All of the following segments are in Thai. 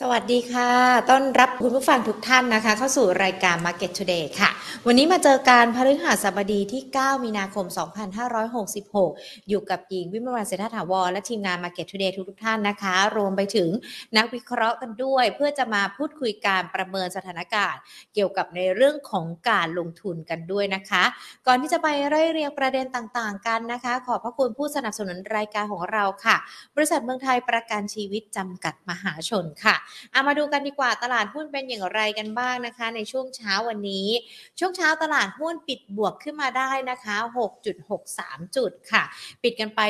สวัสดีค่ะต้อนรับคุณผู้ฟังทุกท่านนะคะเข้าสู่รายการ Market Today ค่ะวันนี้มาเจอการพฤหัสบดีที่9มีนาคม2566อยู่กับหญิงวิมลวรรณเศรษฐถาวรและทีมงาน Market Today ทุกท่านนะคะรวมไปถึงนักวิเคราะห์กันด้วยเพื่อจะมาพูดคุยการประเมินสถานการณ์เกี่ยวกับในเรื่องของการลงทุนกันด้วยนะคะก่อนที่จะไปไล่เรียงประเด็นต่างๆกันนะคะขอบพระคุณผู้สนับสนุนรายการของเราค่ะบริษัทเมืองไทยประกันชีวิตจำกัดมหาชนค่ะมาดูกันดีกว่าตลาดหุ้นเป็นอย่างไรกันบ้างนะคะในช่วงเช้าวันนี้ช่วงเช้าตลาดหุ้นปิดบวกขึ้นมาได้นะคะ 6.63 จุดค่ะปิดกันไป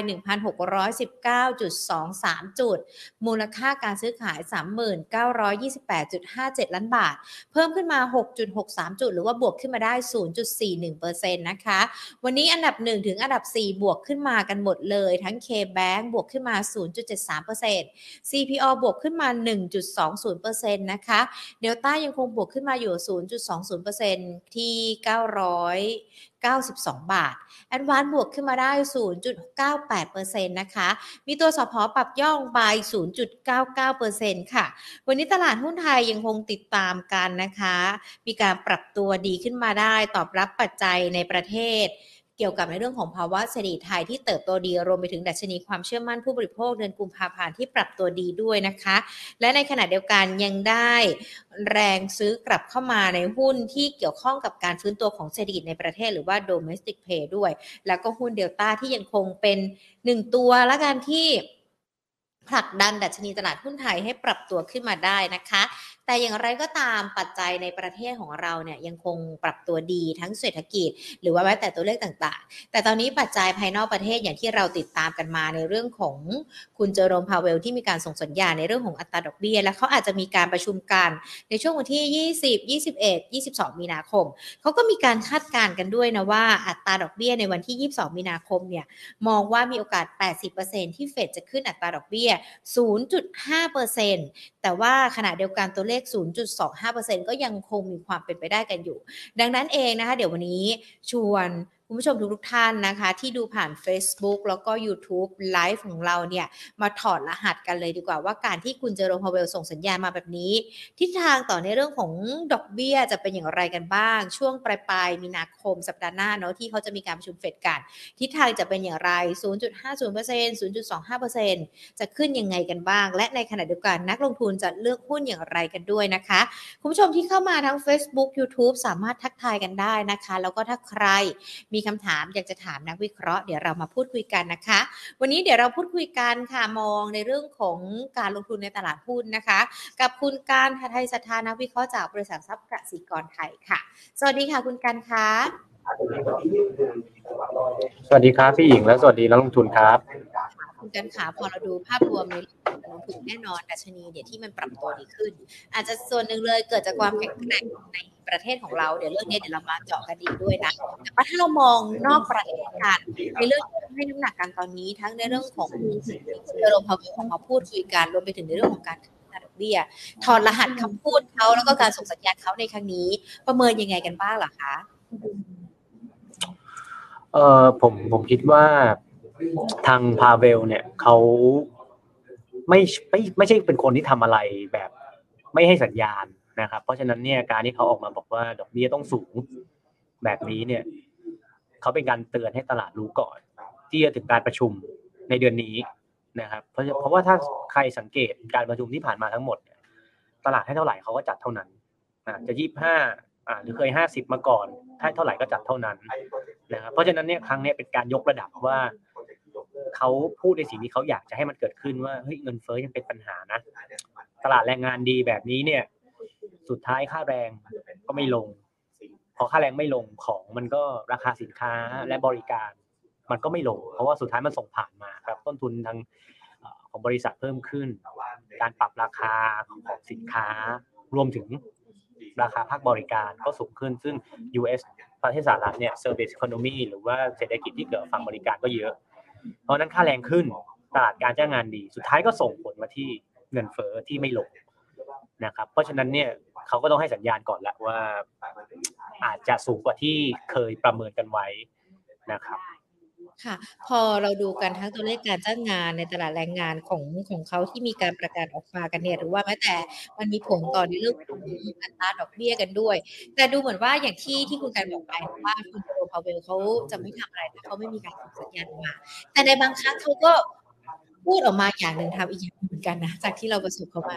1,619.23 จุดมูลค่าการซื้อขาย 3928.57 ล้านบาทเพิ่มขึ้นมา 6.63 จุดหรือว่าบวกขึ้นมาได้ 0.41% นะคะวันนี้อันดับ1ถึงอันดับ4บวกขึ้นมากันหมดเลยทั้ง KBank บวกขึ้นมา 0.73% CPO บวกขึ้นมา 1.20% นะคะเดลต้ายังคงบวกขึ้นมาอยู่ 0.20% ที่992 บาทแอดวานซ์บวกขึ้นมาได้ 0.98% นะคะมีตัวสผปรับย่อลงไป 0.99% ค่ะวันนี้ตลาดหุ้นไทยยังคงติดตามกันนะคะมีการปรับตัวดีขึ้นมาได้ตอบรับปัจจัยในประเทศเกี่ยวกับในเรื่องของภาวะเศรษฐกิจไทยที่เติบโตดีรวมไปถึงดัชนีความเชื่อมั่นผู้บริโภคเดือนกุมภาพันธ์ที่ปรับตัวดีด้วยนะคะและในขณะเดียวกันยังได้แรงซื้อกลับเข้ามาในหุ้นที่เกี่ยวข้องกับการฟื้นตัวของเศรษฐกิจในประเทศหรือว่า domestic play ด้วยแล้วก็หุ้นเดลต้าที่ยังคงเป็น1ตัวและกันที่ผลักดันดัชนีตลาดหุ้นไทยให้ปรับตัวขึ้นมาได้นะคะแต่อย่างไรก็ตามปัจจัยในประเทศของเราเนี่ยยังคงปรับตัวดีทั้งเศรษฐกิจหรือว่าแม้แต่ตัวเลขต่างๆแต่ตอนนี้ปัจจัยภายนอกประเทศอย่างที่เราติดตามกันมาในเรื่องของคุณเจอโรมพาเวลที่มีการส่งสัญญาณในเรื่องของอัตราดอกเบี้ยและเขาอาจจะมีการประชุมกันในช่วงวันที่20 21 22มีนาคมเขาก็มีการคาดการณ์กันด้วยนะว่าอัตราดอกเบี้ยในวันที่22มีนาคมเนี่ยมองว่ามีโอกาส 80% ที่เฟดจะขึ้นอัตราดอกเบี้ย 0.5% แต่ว่าขณะเดียวกันตัวเลข 0.25% ก็ยังคงมีความเป็นไปได้กันอยู่ดังนั้นเองนะคะเดี๋ยววันนี้ชวนคุณผู้ชมทุกท่านนะคะที่ดูผ่าน Facebook แล้วก็ YouTube ไลฟ์ของเราเนี่ยมาถอดรหัสกันเลยดีกว่าว่าการที่คุณเจอโรมพาเวลส่งสัญญาณมาแบบนี้ทิศทางต่อในเรื่องของดอกเบี้ยจะเป็นอย่างไรกันบ้างช่วงปลายมีนาคมสัปดาห์หน้าเนาะที่เขาจะมีการประชุมเฟดกันทิศทางจะเป็นอย่างไร 0.50% 0.25%จะขึ้นยังไงกันบ้างและในขณะเดียวกันนักลงทุนจะเลือกหุ้นอย่างไรกันด้วยนะคะคุณผู้ชมที่เข้ามาทั้ง Facebook YouTube สามารถทักทายกันได้นะคะแล้วก็ถ้าใครมีคำถามอยากจะถามนักวิเคราะห์เดี๋ยวเรามาพูดคุยกันนะคะวันนี้เดี๋ยวเราพูดคุยกันค่ะมองในเรื่องของการลงทุนในตลาดหุ้นนะคะกับคุณการหทัยศรัทธานักวิเคราะห์จากบริษัททรัพย์กสิกรไทยค่ะสวัสดีค่ะคุณการคะสวัสดีครับพี่หญิงและสวัสดีนักลงทุนครับคุณกันขาพอเราดูภาพรวมในการลงทุนแน่นอนดัชนีเนี่ยที่มันปรับตัวดีขึ้นอาจจะส่วนหนึ่งเลยเกิดจากความแข็งแกร่งในประเทศของเราเดี๋ยวเรื่องนี้เดี๋ยวเรามาเจาะกันดีด้วยนะแต่ว่าถ้าเรามองนอกประเทศกันในเรื่องที่ให้น้ำหนักกันตอนนี้ทั้งในเรื่องของเจอโรมพาวเวลออกมาพูดคุยกันรวมไปถึงในเรื่องของการขึ้นอัตราดอกเบี้ยถอดรหัสคำพูดเขาแล้วก็การส่งสัญญาณเขาในครั้งนี้ประเมินยังไงกันบ้างเหรอคะผมคิดว่าทางพาเวลเนี่ยเขาไม่ใช่เป็นคนที่ทำอะไรแบบไม่ให้สัญญาณนะครับเพราะฉะนั้นเนี่ยการที่เขาออกมาบอกว่าดอกเบี้ยต้องสูงแบบนี้เนี่ยเขาเป็นการเตือนให้ตลาดรู้ก่อนที่จะถึงการประชุมในเดือนนี้นะครับเพราะว่าถ้าใครสังเกตการประชุมที่ผ่านมาทั้งหมดตลาดให้เท่าไหร่เขาก็จัดเท่านั้นจะ25หรือเคย50มาก่อนถ้าเท่าไหร่ก็จัดเท่านั้นนะครับเพราะฉะนั้นเนี่ยครั้งนี้เป็นการยกระดับว่าเขาพูดในสิ่งที่เขาอยากจะให้มันเกิดขึ้นว่าเฮ้ยเงินเฟ้อยังเป็นปัญหานะตลาดแรงงานดีแบบนี้เนี่ยสุดท้ายค่าแรงก็ไม่ลงพอค่าแรงไม่ลงของมันก็ราคาสินค้าและบริการมันก็ไม่ลงเพราะว่าสุดท้ายมันส่งผ่านมาครับต้นทุนทางของบริษัทเพิ่มขึ้นการปรับราคาของสินค้ารวมถึงราคาภาคบริการก็สูงขึ้นซึ่ง US ประเทศสหรัฐเนี่ย Service Economy หรือว่าเศรษฐกิจที่เกิดฝั่งบริการก็เยอะเพราะนั้นค่าแรงขึ้นตลาดการจ้างงานดีสุดท้ายก็ส่งผลมาที่เงินเฟ้อที่ไม่ลงนะครับเพราะฉะนั้นเนี่ยเขาก็ต้องให้สัญญาณก่อนแหละว่าอาจจะสูงกว่าที่เคยประเมินกันไว้นะครับค่ะพอเราดูกันทั้งตัวเลขการจ้างงานในตลาดแรงงานของเขาที่มีการประกาศออกมากันเนี่ยหรือว่าแม้แต่มันมีผลต่อในเรื่องของอัตราดอกเบี้ยกันด้วยแต่ดูเหมือนว่าอย่างที่คุณกันบอกไปว่าคุณเจอโรม Powell เขาจะไม่ทำอะไรถ้าเขาไม่มีการส่งสัญญาณออกมาแต่ในบางครั้งเขาก็พูดออกมาอย่างหนึ่งทำอีกอย่างหนึ่งเหมือนกันนะจากที่เราประสบเขามา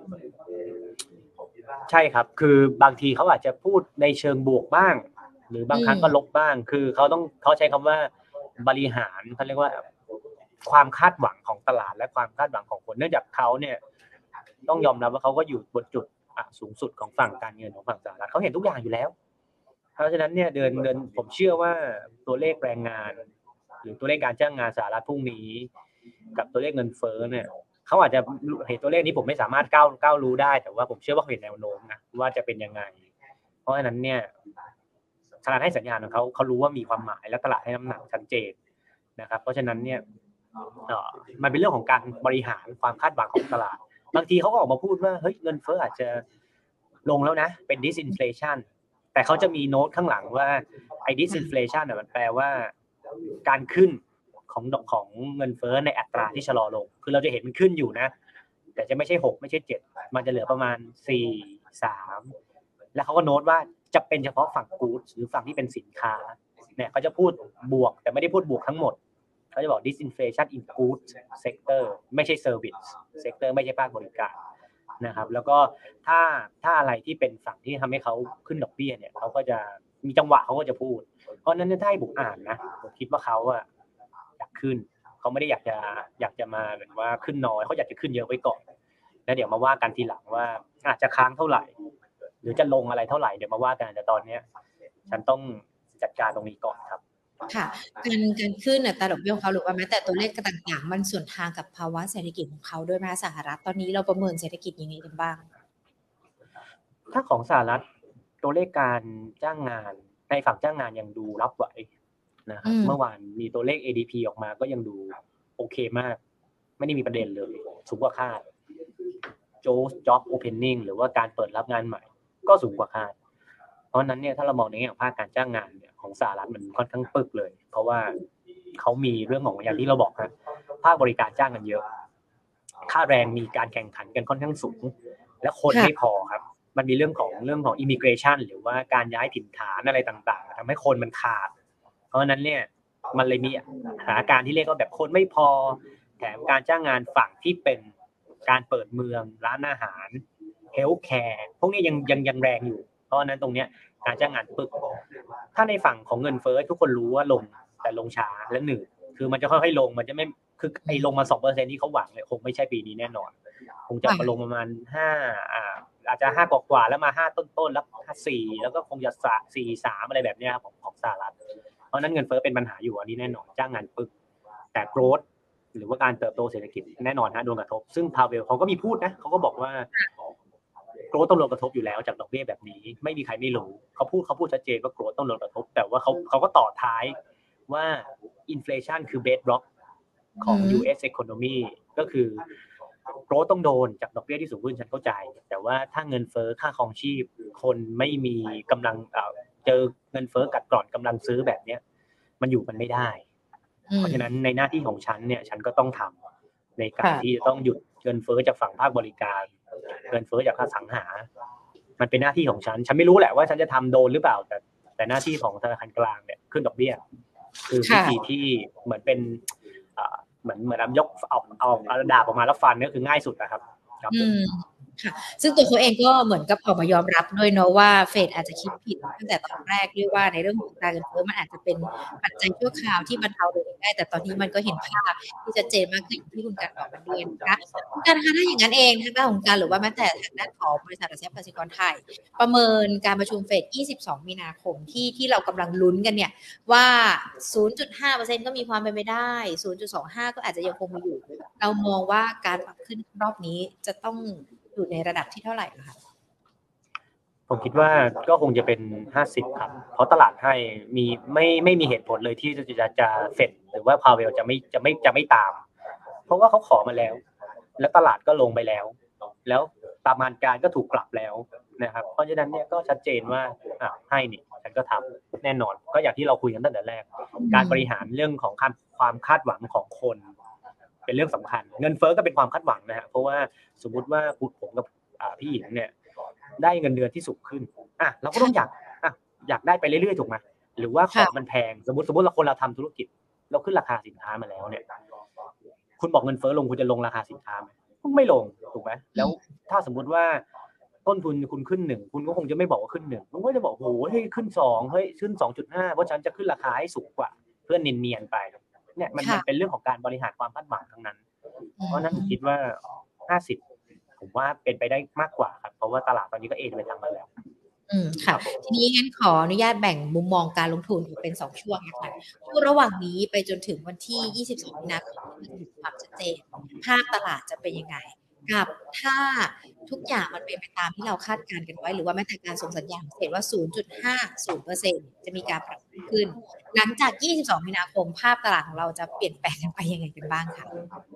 ใช่ครับคือบางทีเขาอาจจะพูดในเชิงบวกบ้างหรือบางครั้งก็ลบบ้างคือเขาใช้คำว่าบริหารเขาเรียกว่าความคาดหวังของตลาดและความคาดหวังของคนเนื่องจากเขาเนี่ยต้องยอมรับว่าเขาก็อยู่บนจุดสูงสุดของฝั่งการเงินของฝั่งสหรัฐเขาเห็นทุกอย่างอยู่แล้วเพราะฉะนั้นเนี่ยเดินผมเชื่อว่าตัวเลขแรงงานหรือตัวเลขการจ้างงานสหรัฐพรุ่งนี้กับตัวเลขเงินเฟ้อเนี่ยเขาอาจจะเห็นตัวเลขนี้ผมไม่สามารถก้าวรู้ได้แต่ว่าผมเชื่อว่าเขาเห็นแนวโน้มนะว่าจะเป็นยังไงเพราะฉะนั้นเนี่ยตลาดให้สัญญาณของเขารู้ว่ามีความหมายและตลาดให้น้ำหนักชัดเจนนะครับเพราะฉะนั้นเนี่ยมันเป็นเรื่องของการบริหารความคาดหวังของตลาดบางทีเขาก็ออกมาพูดว่าเฮ้ยเงินเฟ้ออาจจะลงแล้วนะเป็น disinflation แต่เขาจะมีโน้ตข้างหลังว่าไอ้ disinflation น่ะมันแปลว่าการขึ้นของเงินเฟ้อในอัตราที่ชะลอลงคือเราจะเห็นมันขึ้นอยู่นะแต่จะไม่ใช่6ไม่ใช่7มันจะเหลือประมาณ4 3แล้วเขาก็โน้ตว่าจะเป็นเฉพาะฝั่ง goods หรือฝั่งที่เป็นสินค้าเนี่ยเขาจะพูดบวกแต่ไม่ได้พูดบวกทั้งหมดเขาจะบอก disinflation in goods sector ไม่ใช่ service sector ไม่ใช่ภาคบริการนะครับแล้วก็ถ้าอะไรที่เป็นฝั่งที่ทำให้เขาขึ้นดอกเบี้ยเนี่ยเขาก็จะมีจังหวะเขาก็จะพูดเพราะฉะนั้นถ้าให้ผมอ่านนะผมคิดว่าเขาอะอยากขึ้นเขาไม่ได้อยากจะมาแบบว่าขึ้นน้อยเขาอยากจะขึ้นเยอะไว้ก่อนแล้วเดี๋ยวมาว่ากันทีหลังว่าอาจจะค้างเท่าไหร่หรือจะลงอะไรเท่าไหร่เดี๋ยวมาว่ากันแต่ตอนนี้ฉันต้องจัดการตรงนี้ก่อนครับค่ะการขึ้นอัตราดอกเบี้ยของเขาหรือว่าแม้แต่ตัวเลขต่างๆมันส่วนทางกับภาวะเศรษฐกิจของเขาด้วยไหมคะสหรัฐตอนนี้เราประเมินเศรษฐกิจยังไงกันบ้างถ้าของสหรัฐตัวเลขการจ้างงานในฝั่งจ้างงานยังดูรับไหวนะครับเมื่อวานมีตัวเลข ADP ออกมาก็ยังดูโอเคมากไม่ได้มีประเด็นเลยสูงกว่าคาด job opening หรือว่าการเปิดรับงานใหม่ก็สูงกว่าคาดเพราะนั้นเนี่ยถ้าเรามองในแง่ของภาคการจ้างงานเนี่ยของสหรัฐมันค่อนข้างปึกเลยเพราะว่าเขามีเรื่องของอย่างที่เราบอกครับภาคบริการจ้างกันเยอะค่าแรงมีการแข่งขันกันค่อนข้างสูงและคนไม่พอครับมันมีเรื่องของ immigration หรือว่าการย้ายถิ่นฐานอะไรต่างๆทำให้คนมันขาดเพราะฉะนั้นเนี่ยมันเลยมีสถานการณ์ที่เรียกว่าแบบคนไม่พอแถมการจ้างงานฝั่งที่เป็นการเปิดเมืองร้านอาหารเฮลท์แคร์พวกนี้ยังแรงอยู่เพราะฉะนั้นตรงเนี้ยการจ้างงานปึกถ้าในฝั่งของเงินเฟ้อทุกคนรู้ว่าลงแต่ลงช้าและหนึ่งคือมันจะค่อยๆลงมันจะไม่คือไอ้ลงมา 2% ที่เขาหวังเนี่ยคงไม่ใช่ปีนี้แน่นอนคงจะมาลงประมาณ5อาจจะ5กว่าแล้วมา5ต้นๆแล้ว4แล้วก็คงจะ4 3อะไรแบบเนี้ยของสหรัฐเพราะนั้นเงินเฟ้อเป็นปัญหาอยู่อันนี้แน่นอนจ้างงานปึกแต่โกรทหรือว่าการเติบโตเศรษฐกิจแน่นอนฮะโดนกระทบซึ่งพาเวลเขาก็มีพูดนะเขาก็บอกว่าโกรทต้องโดนกระทบอยู่แล้วจากดอกเบี้ยแบบนี้ไม่มีใครไม่รู้เขาพูดชัดเจนว่าโกรทต้องโดนกระทบแต่ว่าเขาก็ต่อท้ายว่าอินเฟลชันคือเบสร็อกของ US economy ก็คือโกรทต้องโดนจากดอกเบี้ยที่สูงขึ้นฉันเข้าใจแต่ว่าถ้าเงินเฟ้อค่าครองชีพคนไม่มีกำลังเจอเงินเฟ้อกัดกร่อนกำลังซื้อแบบเนี้ยมันอยู่กันไม่ได้เพราะฉะนั้นในหน้าที่ของฉันเนี่ยฉันก็ต้องทำในการที่จะต้องหยุดเงินเฟ้อจากฝั่งภาคบริการเงินเฟ้อจากภาคสังหามันเป็นหน้าที่ของฉันไม่รู้แหละว่าฉันจะทำโดนหรือเปล่าแต่หน้าที่ของธนาคารกลางเนี่ยขึ้นดอกเบี้ยคือวิธีที่เหมือนเป็นเหมือนยกเอาดาบออกมาแล้วฟันก็คือง่ายสุดนะครับครับค่ะซึ่งตัวเขาเองก็เหมือนกับออกมายอมรับด้วยเนาะว่าเฟดอาจจะคิดผิดตั้งแต่ตอนแรกด้วยว่าในเรื่องของอัตราเงินเฟ้อมันอาจจะเป็นปัจจัยชั่วคราวที่บรรเทาลงได้แต่ตอนนี้มันก็เห็นภาพที่ชัดเจนมากขึ้นที่คุณกันบอกกันด้วยนะคะคุณกันคะถ้าอย่างนั้นเองทางด้านของการหรือว่าแม้แต่ทางด้านของบริษัทหลักทรัพย์กสิกรไทยประเมินการประชุมเฟด22 มีนาคมที่เรากำลังลุ้นกันเนี่ยว่า 0.5% ก็มีความเป็นไปได้ 0.25 ก็อาจจะยังคงมีอยู่เรามองว่าการปรับขึ้นรอบนี้จะต้องอยู่ในระดับที่เท่าไหร่คะผมคิดว่าก็คงจะเป็น50ครับเพราะตลาดให้มีไม่มีเหตุผลเลยที่จะเฟดหรือว่าพาเวลจะไม่ตามเพราะว่าเขาขอมาแล้วตลาดก็ลงไปแล้วประมาณการก็ถูกปรับแล้วนะครับเพราะฉะนั้นเนี่ยก็ชัดเจนว่าให้นี่ฉันก็ทำแน่นอนก็อย่างที่เราคุยกันตั้งแต่แรกการบริหารเรื่องของความคาดหวังของคนเป็นเรื่องสำคัญเงินเฟ้อก็เป็นความคาดหวังนะฮะเพราะว่าสมมุติว่าผมกับพี่หญิงเนี่ยได้เงินเดือนที่สูงขึ้นเราก็ต้องอยากได้ไปเรื่อยๆถูกไหมหรือว่าของมันแพงสมมติเราทำธุรกิจเราขึ้นราคาสินค้ามาแล้วเนี่ยคุณบอกเงินเฟ้อลงคุณจะลงราคาสินค้าไหมไม่ลงถูกไหมแล้วถ้าสมมุติว่าต้นทุนคุณขึ้น1คุณก็คงจะไม่บอกว่าขึ้น1คุณก็จะบอกโอ้โหเฮ้ยขึ้น2เฮ้ยขึ้น 2.5 เพราะฉันจะขึ้นราคาให้สูงกว่าเพื่อเนียนๆไปเนี่ยมันเป็นเรื่องของการบริหารความคาดหวังทั้งนั้นเพราะนั้นผมคิดว่า50ผมว่าเป็นไปได้มากกว่าครับเพราะว่าตลาดตอนนี้ก็เอ็นไปทางนั้นแล้วค่ะทีนี้งั้นขออนุญาตแบ่งมุมมองการลงทุนออกเป็น2ช่วงนะคะช่วงระหว่างนี้ไปจนถึงวันที่22มีนาคมที่จะมีความชัดเจนภาพตลาดจะเป็นยังไงกับถ้าทุกอย่างมันเป็นไปตามที่เราคาดการณ์กันไว้หรือว่าแม้แต่การส่งสัญญาณเห็นว่า 0.50% จะมีการปรับขึ้นหลังจาก22มีนาคมภาพตลาดของเราจะเปลี่ยนแปลงกันไปยังไงกันบ้างคะ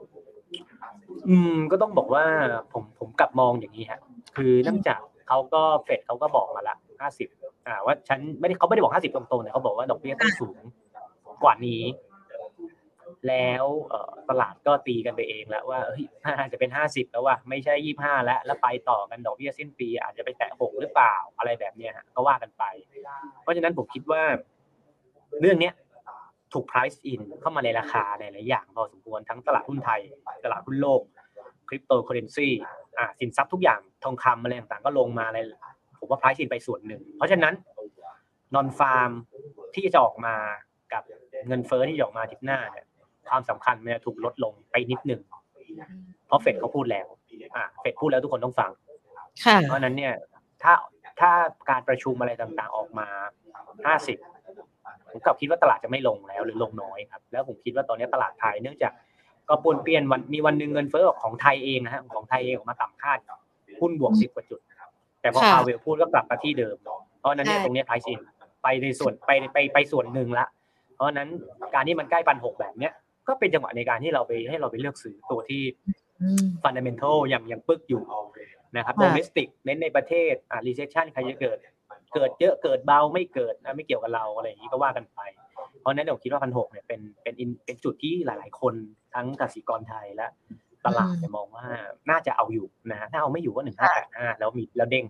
ก็ต้องบอกว่าผมกลับมองอย่างนี้ฮะคือเนื่องจากเฟดเขาก็บอกมาละ50ว่าเขาไม่ได้บอก50ตรงๆแต่เขาบอกว่าดอกเบี้ยต้องสูงกว่านี้แล้วตลาดก็ตีกันไปเองแล้วว่าอาจจะเป็น50แล้วว่าไม่ใช่25แล้วไปต่อกันดอกเบี้ยสิ้นปีอาจจะไปแตะ6หรือเปล่าอะไรแบบนี้ฮะก็ว่ากันไปเพราะฉะนั้นผมคิดว่าเรื่องนี้ถูก price in เข้ามาในราคาในหลายอย่างพอสมควรทั้งตลาดหุ้นไทยตลาดหุ้นโลกคริปโตเคอเรนซีสินทรัพย์ทุกอย่างทองคำอะไรต่างๆก็ลงมาเลยผมว่า price in ไปส่วนหนึ่งเพราะฉะนั้น non farm ที่จะออกมากับเงินเฟ้อที่จะออกมาอาทิตย์หน้าเนี่ยความสำคัญมันถูกลดลงไปนิดหนึ่งเพราะเฟดเขาพูดแล้วเฟดพูดแล้วทุกคนต้องฟังเพราะนั้นเนี่ยถ้าการประชุมอะไรต่างๆออกมา50ผมกลับคิดว่าตลาดจะไม่ลงแล้วหรือลงน้อยครับแล้วผมคิดว่าตอนนี้ตลาดไทยเนื่องจากก็ปนเปลี่ยนมีวันนึงเงินเฟ้อของไทยเองนะฮะของไทยเองออกมาต่ำคาดหุ้นบวก10กว่าจุดแต่พอพาเวลพูดก็กลับมาที่เดิมเพราะนั้นเนี่ยตรงนี้ price in ไปในส่วนไปส่วนหนึ่งละเพราะนั้นการที่มันใกล้1,600แบบเนี้ยก็เป็นจังหวะในการที่เราไปเลือกซื้อตัวที่ fundamental ยังปึกอยู่นะครับ domestic เน้นในประเทศrecession ใครจะเกิดเยอะเกิดเบาไม่เกิดไม่เกี่ยวกับเราอะไรอย่างนี้ก็ว่ากันไปเพราะนั้นผมคิดว่า1,600เนี่ยเป็นจุดที่หลายๆคนทั้งกสิกรไทยและตลาดมองว่าน่าจะเอาอยู่นะถ้าเอาไม่อยู่ก็1585แล้วเด้ง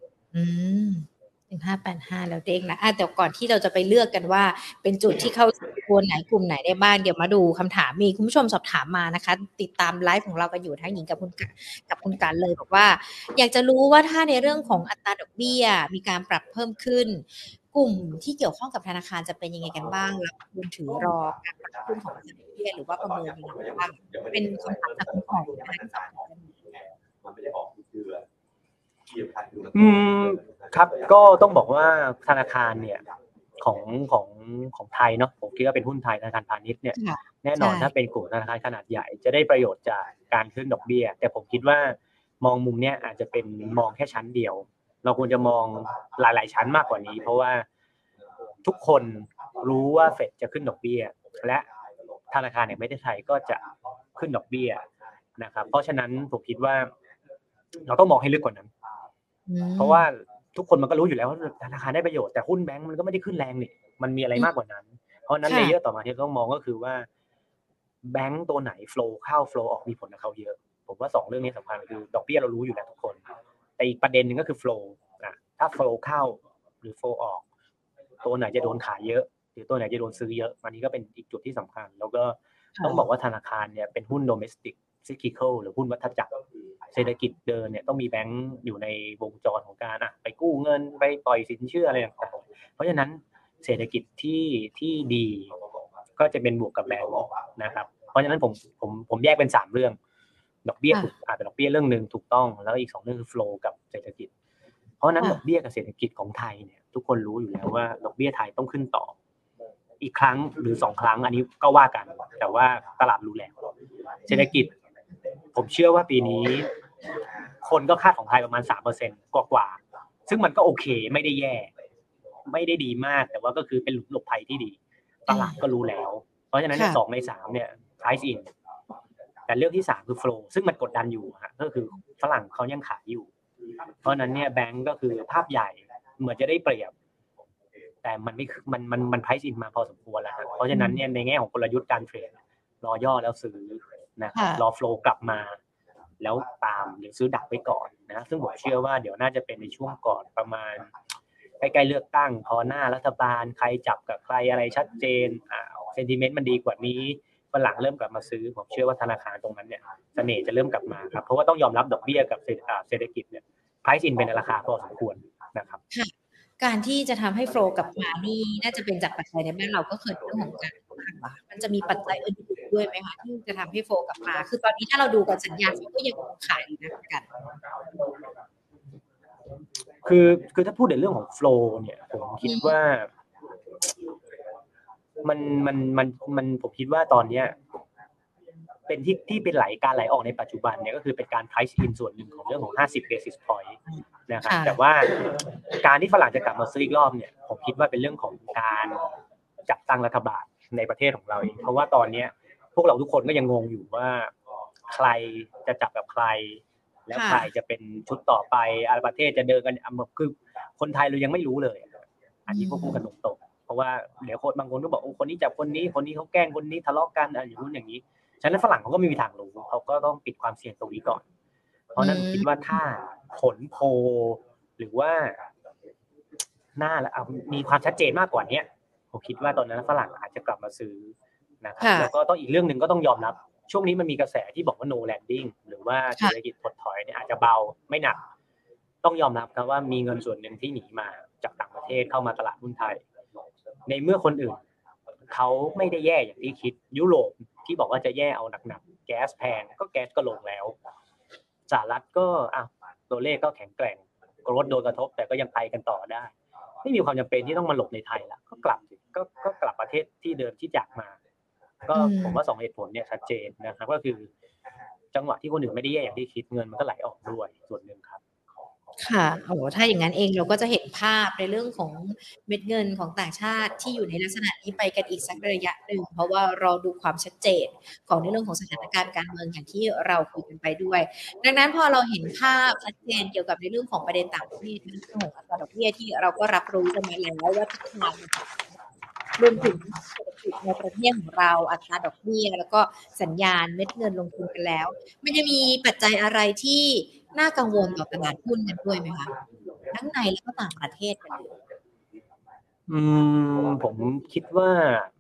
1585แล้วเด้งนะแต่ก่อนที่เราจะไปเลือกกันว่าเป็นจุดที่เข้าตัวไหนกลุ่มไหนได้บ้างเดี๋ยวมาดูคำถามมีคุณผู้ชมสอบถามมานะคะติดตามไลฟ์ของเรากันอยู่ทั้งหญิงกับคุณกันเลยบอกว่าอยากจะรู้ว่าถ้าในเรื่องของอัตราดอกเบี้ยมีการปรับเพิ่มขึ้นกลุ่มที่เกี่ยวข้องกับธนาคารจะเป็นยังไงกันบ้างแล้วคุณถือรอการปรับขึ้นของอัตราดอกเบี้ยหรือว่าประเมินยังไงบ้างเป็นคำถามจากคุณหมอนะคะครับก็ต้องบอกว่าธนาคารเนี่ยของไทยเนาะผมคิดว่าเป็นหุ้นไทยธนาคารพาณิชย์เนี่ยแน่นอนถ้าเป็นกลุ่มธนาคารขนาดใหญ่จะได้ประโยชน์จากการขึ้นดอกเบี้ยแต่ผมคิดว่ามองมุมเนี้ยอาจจะเป็นมองแค่ชั้นเดียวเราควรจะมองหลายๆชั้นมากกว่านี้เพราะว่าทุกคนรู้ว่าเฟดจะขึ้นดอกเบี้ยและธนาคารแห่งประเทศไทยก็จะขึ้นดอกเบี้ยนะครับเพราะฉะนั้นผมคิดว่าเราต้องมองให้ลึกกว่านั้นเพราะว่าทุกคนมันก็รู้อยู่แล้วว่าธนาคารได้ประโยชน์แต่หุ้นแบงก์มันก็ไม่ได้ขึ้นแรงนี่มันมีอะไรมากกว่านั้นเพราะนั้นเลเยอร์ต่อมาที่ต้องมองก็คือว่าแบงก์ตัวไหนโฟลว์เข้าโฟลว์ออกมีผลกับเขาเยอะผมว่า2เรื่องนี้สำคัญคือดอกเบี้ยเรารู้อยู่แล้วทุกคนแต่อีกประเด็นนึงก็คือโฟลว์ถ้าโฟลว์เข้าหรือโฟลว์ออกตัวไหนจะโดนขายเยอะหรือตัวไหนจะโดนซื้อเยอะอันนี้ก็เป็นอีกจุดที่สำคัญแล้วก็ต้องบอกว่าธนาคารเนี่ยเป็นหุ้น domestic cyclical หรือหุ้นวัฏจักรเศรษฐกิจเดินเนี่ยต้องมีแบงก์อยู่ในวงจรของการไปกู้เงินไปปล่อยสินเชื่ออะไรต่างๆเพราะฉะนั้นเศรษฐกิจที่ดีก็จะเป็นบวกกับแบงก์นะครับเพราะฉะนั้นผมแยกเป็น3เรื่องดอกเบี้ยถูกเป็นดอกเบี้ยเรื่องนึงถูกต้องแล้วอีก2เรื่องคือ flow กับเศรษฐกิจเพราะนั้นดอกเบี้ยกับเศรษฐกิจของไทยเนี่ยทุกคนรู้อยู่แล้วว่าดอกเบี้ยไทยต้องขึ้นต่ออีกครั้งหรือ2ครั้งอันนี้ก็ว่ากันแต่ว่าตลาดรู้แล้วเศรษฐกิจผมเชื่อว่าปีนี้คนก็คาดของไทยประมาณ 3% กว่าๆซึ่งมันก็โอเคไม่ได้แย่ไม่ได้ดีมากแต่ว่าก็คือเป็นหลบภัยที่ดีตลาดก็รู้แล้วเพราะฉะนั้น2ใน3เนี่ย price in แต่เรื่องที่3คือ flow ซึ่งมันกดดันอยู่ฮะก็คือฝรั่งเขายังขายอยู่เพราะนั้นเนี่ยแบงก์ก็คือภาพใหญ่เหมือนจะได้เปรียบแต่มันไม่มัน price in มาพอสมควรแล้วครับเพราะฉะนั้นเนี่ยในแง่ของกลยุทธ์การเทรดรอย่อแล้วซื้อนะครับรอโฟลว์กลับมาแล้วตามหรือซื้อดักไว้ก่อนนะซึ่งผมเชื่อว่าเดี๋ยวน่าจะเป็นในช่วงก่อนประมาณใกล้ๆเลือกตั้งพอหน้ารัฐบาลใครจับกับใครอะไรชัดเจนเซนติเมนต์มันดีกว่านี้ฝรั่งเริ่มกลับมาซื้อผมเชื่อว่าธนาคารตรงนั้นเนี่ยเสน่ห์จะเริ่มกลับมาครับเพราะว่าต้องยอมรับดอกเบี้ยกับเศรษฐกิจเนี่ย price in เป็นราคาพอสมควรนะครับการที่จะทำให้โฟลว์กลับมานี่น่าจะเป็นจากปัจจัยในบ้านเราก็คือเรื่องของการมันจะมีปัจจัยอื่นๆด้วยไหมคะที่จะทำให้โฟลว์กลับมาคือตอนนี้ถ้าเราดูกันสัญญาณเขาก็ยังขายอยู่นะกันคือถ้าพูดในเรื่องของโฟลว์เนี่ยผมคิดว่ามันผมคิดว่าตอนเนี้ยเป็นที่เป็นการไหลออกในปัจจุบันเนี่ยก็คือเป็นการ price in ส่วนหนึ่งของเรื่องของ50 basis point นะครับแต่ว่าการที่ฝรั่งจะกลับมาซื้ออีกรอบเนี่ยผมคิดว่าเป็นเรื่องของการจัดตั้งรัฐบาลในประเทศของเราเองเพราะว่าตอนนี้พวกเราทุกคนก็ยังงงอยู่ว่าใครจะจับกับใครแล้วใครจะเป็นชุดต่อไปประเทศจะเดินกันคือคนไทยเรายังไม่รู้เลยอันนี้พวกพูดกันตรงๆเพราะว่าเดี๋ยวคนบางคนก็บอกคนนี้จับคนนี้เขาแกล้งคนนี้ทะเลาะกันอย่างนู้นอย่างนี้ฉะนั้นฝรั่งเขาก็ไม่มีทางรู้เขาก็ต้องปิดความเสี่ยงตรงนี้ก่อนเพราะนั้นคิดว่าถ้าผลโพลหรือว่าหน้าแล้วมีความชัดเจนมากกว่านี้ผมคิดว่าตอนนั้นฝรั่งอาจจะกลับมาซื้อนะครับแล้วก็ต้องอีกเรื่องนึงก็ต้องยอมรับช่วงนี้มันมีกระแสที่บอกว่า no landing หรือว่าเศรษฐกิจถดถอยเนี่ยอาจจะเบาไม่หนักต้องยอมรับครับว่ามีเงินส่วนหนึ่งที่หนีมาจากต่างประเทศเข้ามาตลาดหุ้นไทยในเมื่อคนอื่นเขาไม่ได้แย่อย่างที่คิดยุโรปที่บอกว่าจะแย่เอาหนักๆแก๊สแพงก็แก๊สก็ลงแล้วสหรัฐก็ตัวเลขก็แข็งแกร่งโกรธโดนกระทบแต่ก็ยังไปกันต่อได้ไม่มีความจำเป็นที่ต้องมาหลบในไทยละก็กลับประเทศที่เดิมที่จากมาก็ผมว่า2เหตุผลเนี่ยชัดเจนนะครับก็คือจังหวะที่คนอื่นไม่ได้แย่อย่างที่คิดเงินมันก็ไหลออกด้วยส่วนหนึ่งครับค่ะโอ้ถ้าอย่างนั้นเองเราก็จะเห็นภาพในเรื่องของเม็ดเงินของต่างชาติที่อยู่ในลักษณะนี้ไปกันอีกสักระยะหนึ่งเพราะว่าเราดูความชัดเจนของในเรื่องของสถานการณ์การเมืองอย่างที่เราคุยกันไปด้วยดังนั้นพอเราเห็นภาพชัดเจนเกี่ยวกับในเรื่องของประเด็นต่างประเทศในเรื่องของอัตราดอกเบี้ยที่เราก็รับรู้กันมาแล้วว่าทิศทางรวมถึงเศรษฐกิจในประเทศของเราอัตราดอกเบี้ยแล้วก็สัญญาณเม็ดเงินลงทุนกันแล้วมันจะมีปัจจัยอะไรที่น่ากังวลต่อตลาดหุ้นกันด้วยไหมคะทั้งในและก็ต่างประเทศกันเลยผมคิดว่า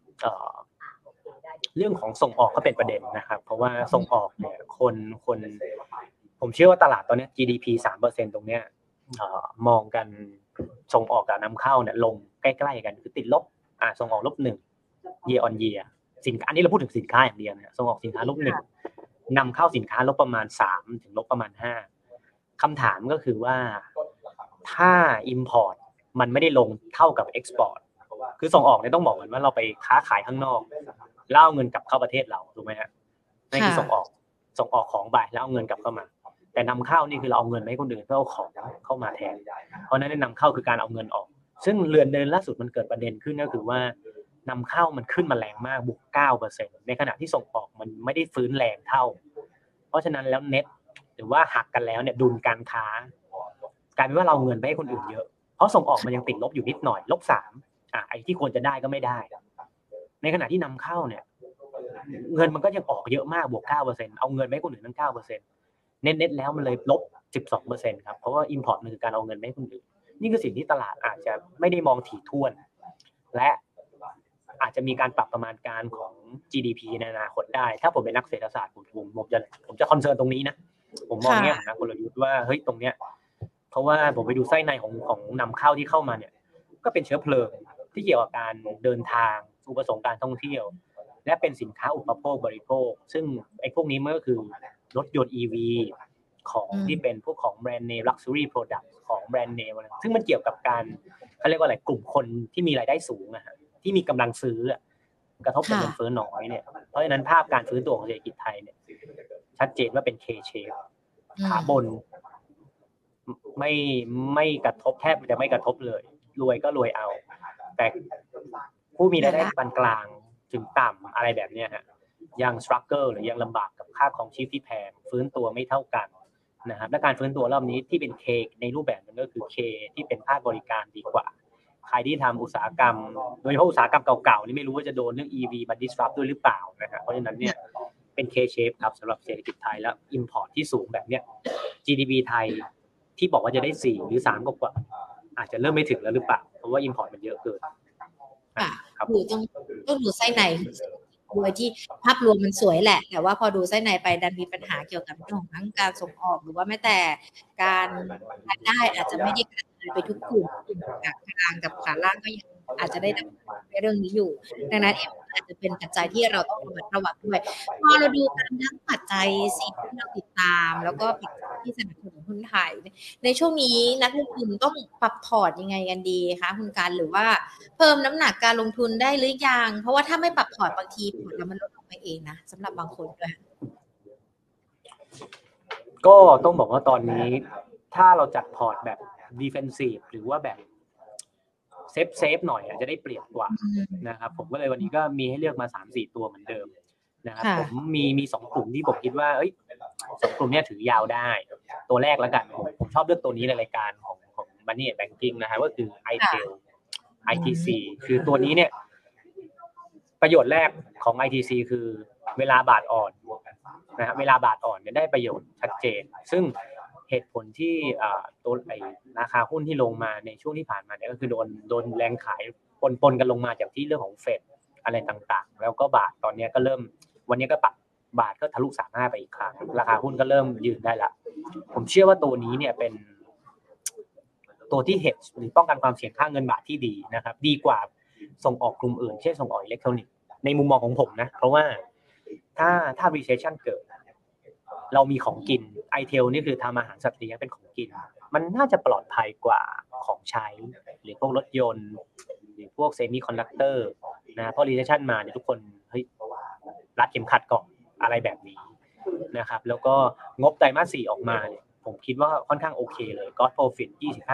เรื่องของส่งออกก็เป็นประเด็นนะครับเพราะว่าส่งออกเนี่ยคนผมเชื่อว่าตลาดตอนนี้ GDP 3% ตรงเนี้ยมองกันส่งออกกับนำเข้าเนี่ยลงใกล้ๆกันคือติดลบส่งออก-1 year on year สินค้าอันนี้เราพูดถึงสินค้าอย่างเดียวนะส่งออกสินค้า-1นำเข้าสินค้าลบประมาณ3ถึงลบประมาณ5คำถามก็คือว่าถ้า import มันไม่ได้ลงเท่ากับ export คือส่งออกเนี่ยต้องบอกกันว่าเราไปค้าขายข้างนอกแล้วเอาเงินกลับเข้าประเทศเราถูกไหมฮะนั่นคือส่งออกของไปแล้วเอาเงินกลับเข้ามาแต่นำเข้านี่คือเราเอาเงินให้คนอื่นเพื่อเอาของเข้ามาแทนเพราะนั้นนำเข้าคือการเอาเงินออกซึ่งเดือนล่าสุดมันเกิดประเด็นขึ้นก็คือว่านำเข้ามันขึ้นมาแรงมากบวก 9% ในขณะที่ส่งออกมันไม่ได้ฟื้นแรงเท่าเพราะฉะนั้นแล้วเน็ตหรือว่าหักกันแล้วเนี่ยดุลการค้ากลายเป็นว่าเราเอาเงินไปให้คนอื่นเยอะเพราะส่งออกมันยังติดลบอยู่นิดหน่อย-3ไอ้ที่ควรจะได้ก็ไม่ได้ในขณะที่นำเข้าเนี่ยเงินมันก็ยังออกเยอะมากบวก 9% เอาเงินไปให้คนอื่นตั้ง 9% เน็ตแล้วมันเลยลบ 12% ครับเพราะว่า import มันคือการเอาเงินไปให้คนอื่นนี่คือสิ่งที่ตลาดอาจจะไม่ได้มองถี่ถ้วนและอาจจะมีการปรับประมาณการของ GDP ในอนาคตได้ถ้าผมเป็นนักเศรษฐศาสตร์ผมจะคอนเซิร์นตรงนี้นะผมมองเนี่ยนะกลยุทธ์ว่าเฮ้ยตรงเนี้ยเพราะว่าผมไปดูไส้ในของนำเข้าที่เข้ามาเนี่ยก็เป็นเชื้อเพลิงที่เกี่ยวกับการเดินทางอุปสงค์การท่องเที่ยวและเป็นสินค้าอุปโภคบริโภคซึ่งไอ้พวกนี้มันก็คือรถยนต์ EV ของที่เป็นพวกของแบรนด์เนม luxury product ของแบรนด์เนมซึ่งมันเกี่ยวกับการเขาเรียกว่าอะไรกลุ่มคนที่มีรายได้สูงที่มีกำลังซื้อกระทบกับเงินเฟ้อน้อยเนี่ยเพราะฉะนั้นภาพการฟื้นตัวของเศรษฐกิจไทยเนี่ยชัดเจนว่าเป็น K shape ขาบนไม่กระทบแทบจะไม่กระทบเลยรวยก็รวยเอาแต่ผู้มีรายได้ปานกลางถึงต่ำอะไรแบบนี้ยังสตรักเกิลหรือยังลำบากกับค่าของชีพที่แพงฟื้นตัวไม่เท่ากันนะครับและการฟื้นตัวรอบนี้ที่เป็น K ในรูปแบบนึงก็คือ K ที่เป็นภาคบริการดีกว่าใครที่ทำอุตสาหกรรมโดยเฉพาะอุตสาหกรรมเก่าๆนี่ไม่รู้ว่าจะโดนเรื่อง EV มา disrupt ด้วยหรือเปล่านะฮะเพราะฉะนั้นเนี่ยเป็น K-shape ครับสำหรับเศรษฐกิจไทยแล้ว import ที่สูงแบบเนี้ย GDP ไทยที่บอกว่าจะได้4หรือ3กว่าอาจจะเริ่มไม่ถึงแล้วหรือเปล่าเพราะว่า import มันเยอะเกินครับคือต้องดูไส้ในโดยที่ภาพรวมมันสวยแหละแต่ว่าพอดูไส้ในไปดันมีปัญหาเกี่ยวกับเรื่องของทั้งการส่งออกหรือว่าแม้แต่การได้อาจจะไม่ได้กระจายไปทุกกลุ่มขาลางกับขาล่างก็ยังอาจจะได้ในเรื่องนี้อยู่ดังนั้นเองอาจจะเป็นปัจจัยที่เราต้องระมัดระวังด้วยพอเราดูกันทั้งปัจจัยสิ่งที่เราติดตามแล้วก็ปัจจัยที่สนับสนุนหุ้นไทยในช่วงนี้นักลงทุนต้องปรับพอร์ตยังไงกันดีคะคุณการหรือว่าเพิ่มน้ำหนักการลงทุนได้หรือยังเพราะว่าถ้าไม่ปรับพอร์ตบางทีพอร์ตเรามันลดลงไปเองนะสำหรับบางคนด้วยก็ต้องบอกว่าตอนนี้ถ้าเราจัดพอร์ตแบบ defensive หรือว่าแบบเซฟหน่อยจะได้เปรียบกว่านะครับผมก็เลยวันนี้ก็มีให้เลือกมา 3-4 ตัวเหมือนเดิมนะครับผมมี2กลุ่มที่ผมคิดว่า2กลุ่มนี้ถือยาวได้ตัวแรกแล้วกันผมชอบเลือกตัวนี้ในรายการของ Money and Banking นะฮะก็คือ ITEL ITC คือตัวนี้เนี่ยประโยชน์แรกของ ITC คือเวลาบาทอ่อนนะฮะเวลาบาทอ่อนเนี่ยได้ประโยชน์ชัดเจนซึ่งเหตุผลที่ตัวราคาหุ้นที่ลงมาในช่วงที่ผ่านมาเนี่ยก็คือโดนแรงขายปนกันลงมาจากที่เรื่องของเฟดอะไรต่างๆแล้วก็บาทตอนนี้ก็เริ่มวันนี้ก็ปรับบาทก็ทะลุ35ไปอีกครั้งราคาหุ้นก็เริ่มยืนได้ละผมเชื่อว่าตัวนี้เนี่ยเป็นตัวที่ hedge หรือป้องกันความเสี่ยงค่าเงินบาทที่ดีนะครับดีกว่าส่งออกกลุ่มอื่นเช่นส่งออกอิเล็กทรอนิกส์ในมุมมองของผมนะเพราะว่าถ้า recession เกิดเรามีของกินไอเทลนี่คือทำอาหารสัตว์เลี้ยงเป็นของกินมันน่าจะปลอดภัยกว่าของใช้หรือพวกรถยนต์หรือพวกเซมิคอนดักเตอร์นะพอ recession มาเนี่ยทุกคนเฮ้ยรัดเข็มขัดก่อนอะไรแบบนี้นะครับแล้วก็งบไตรมาส 4ออกมาเนี่ยผมคิดว่าค่อนข้างโอเคเลย Gross Profit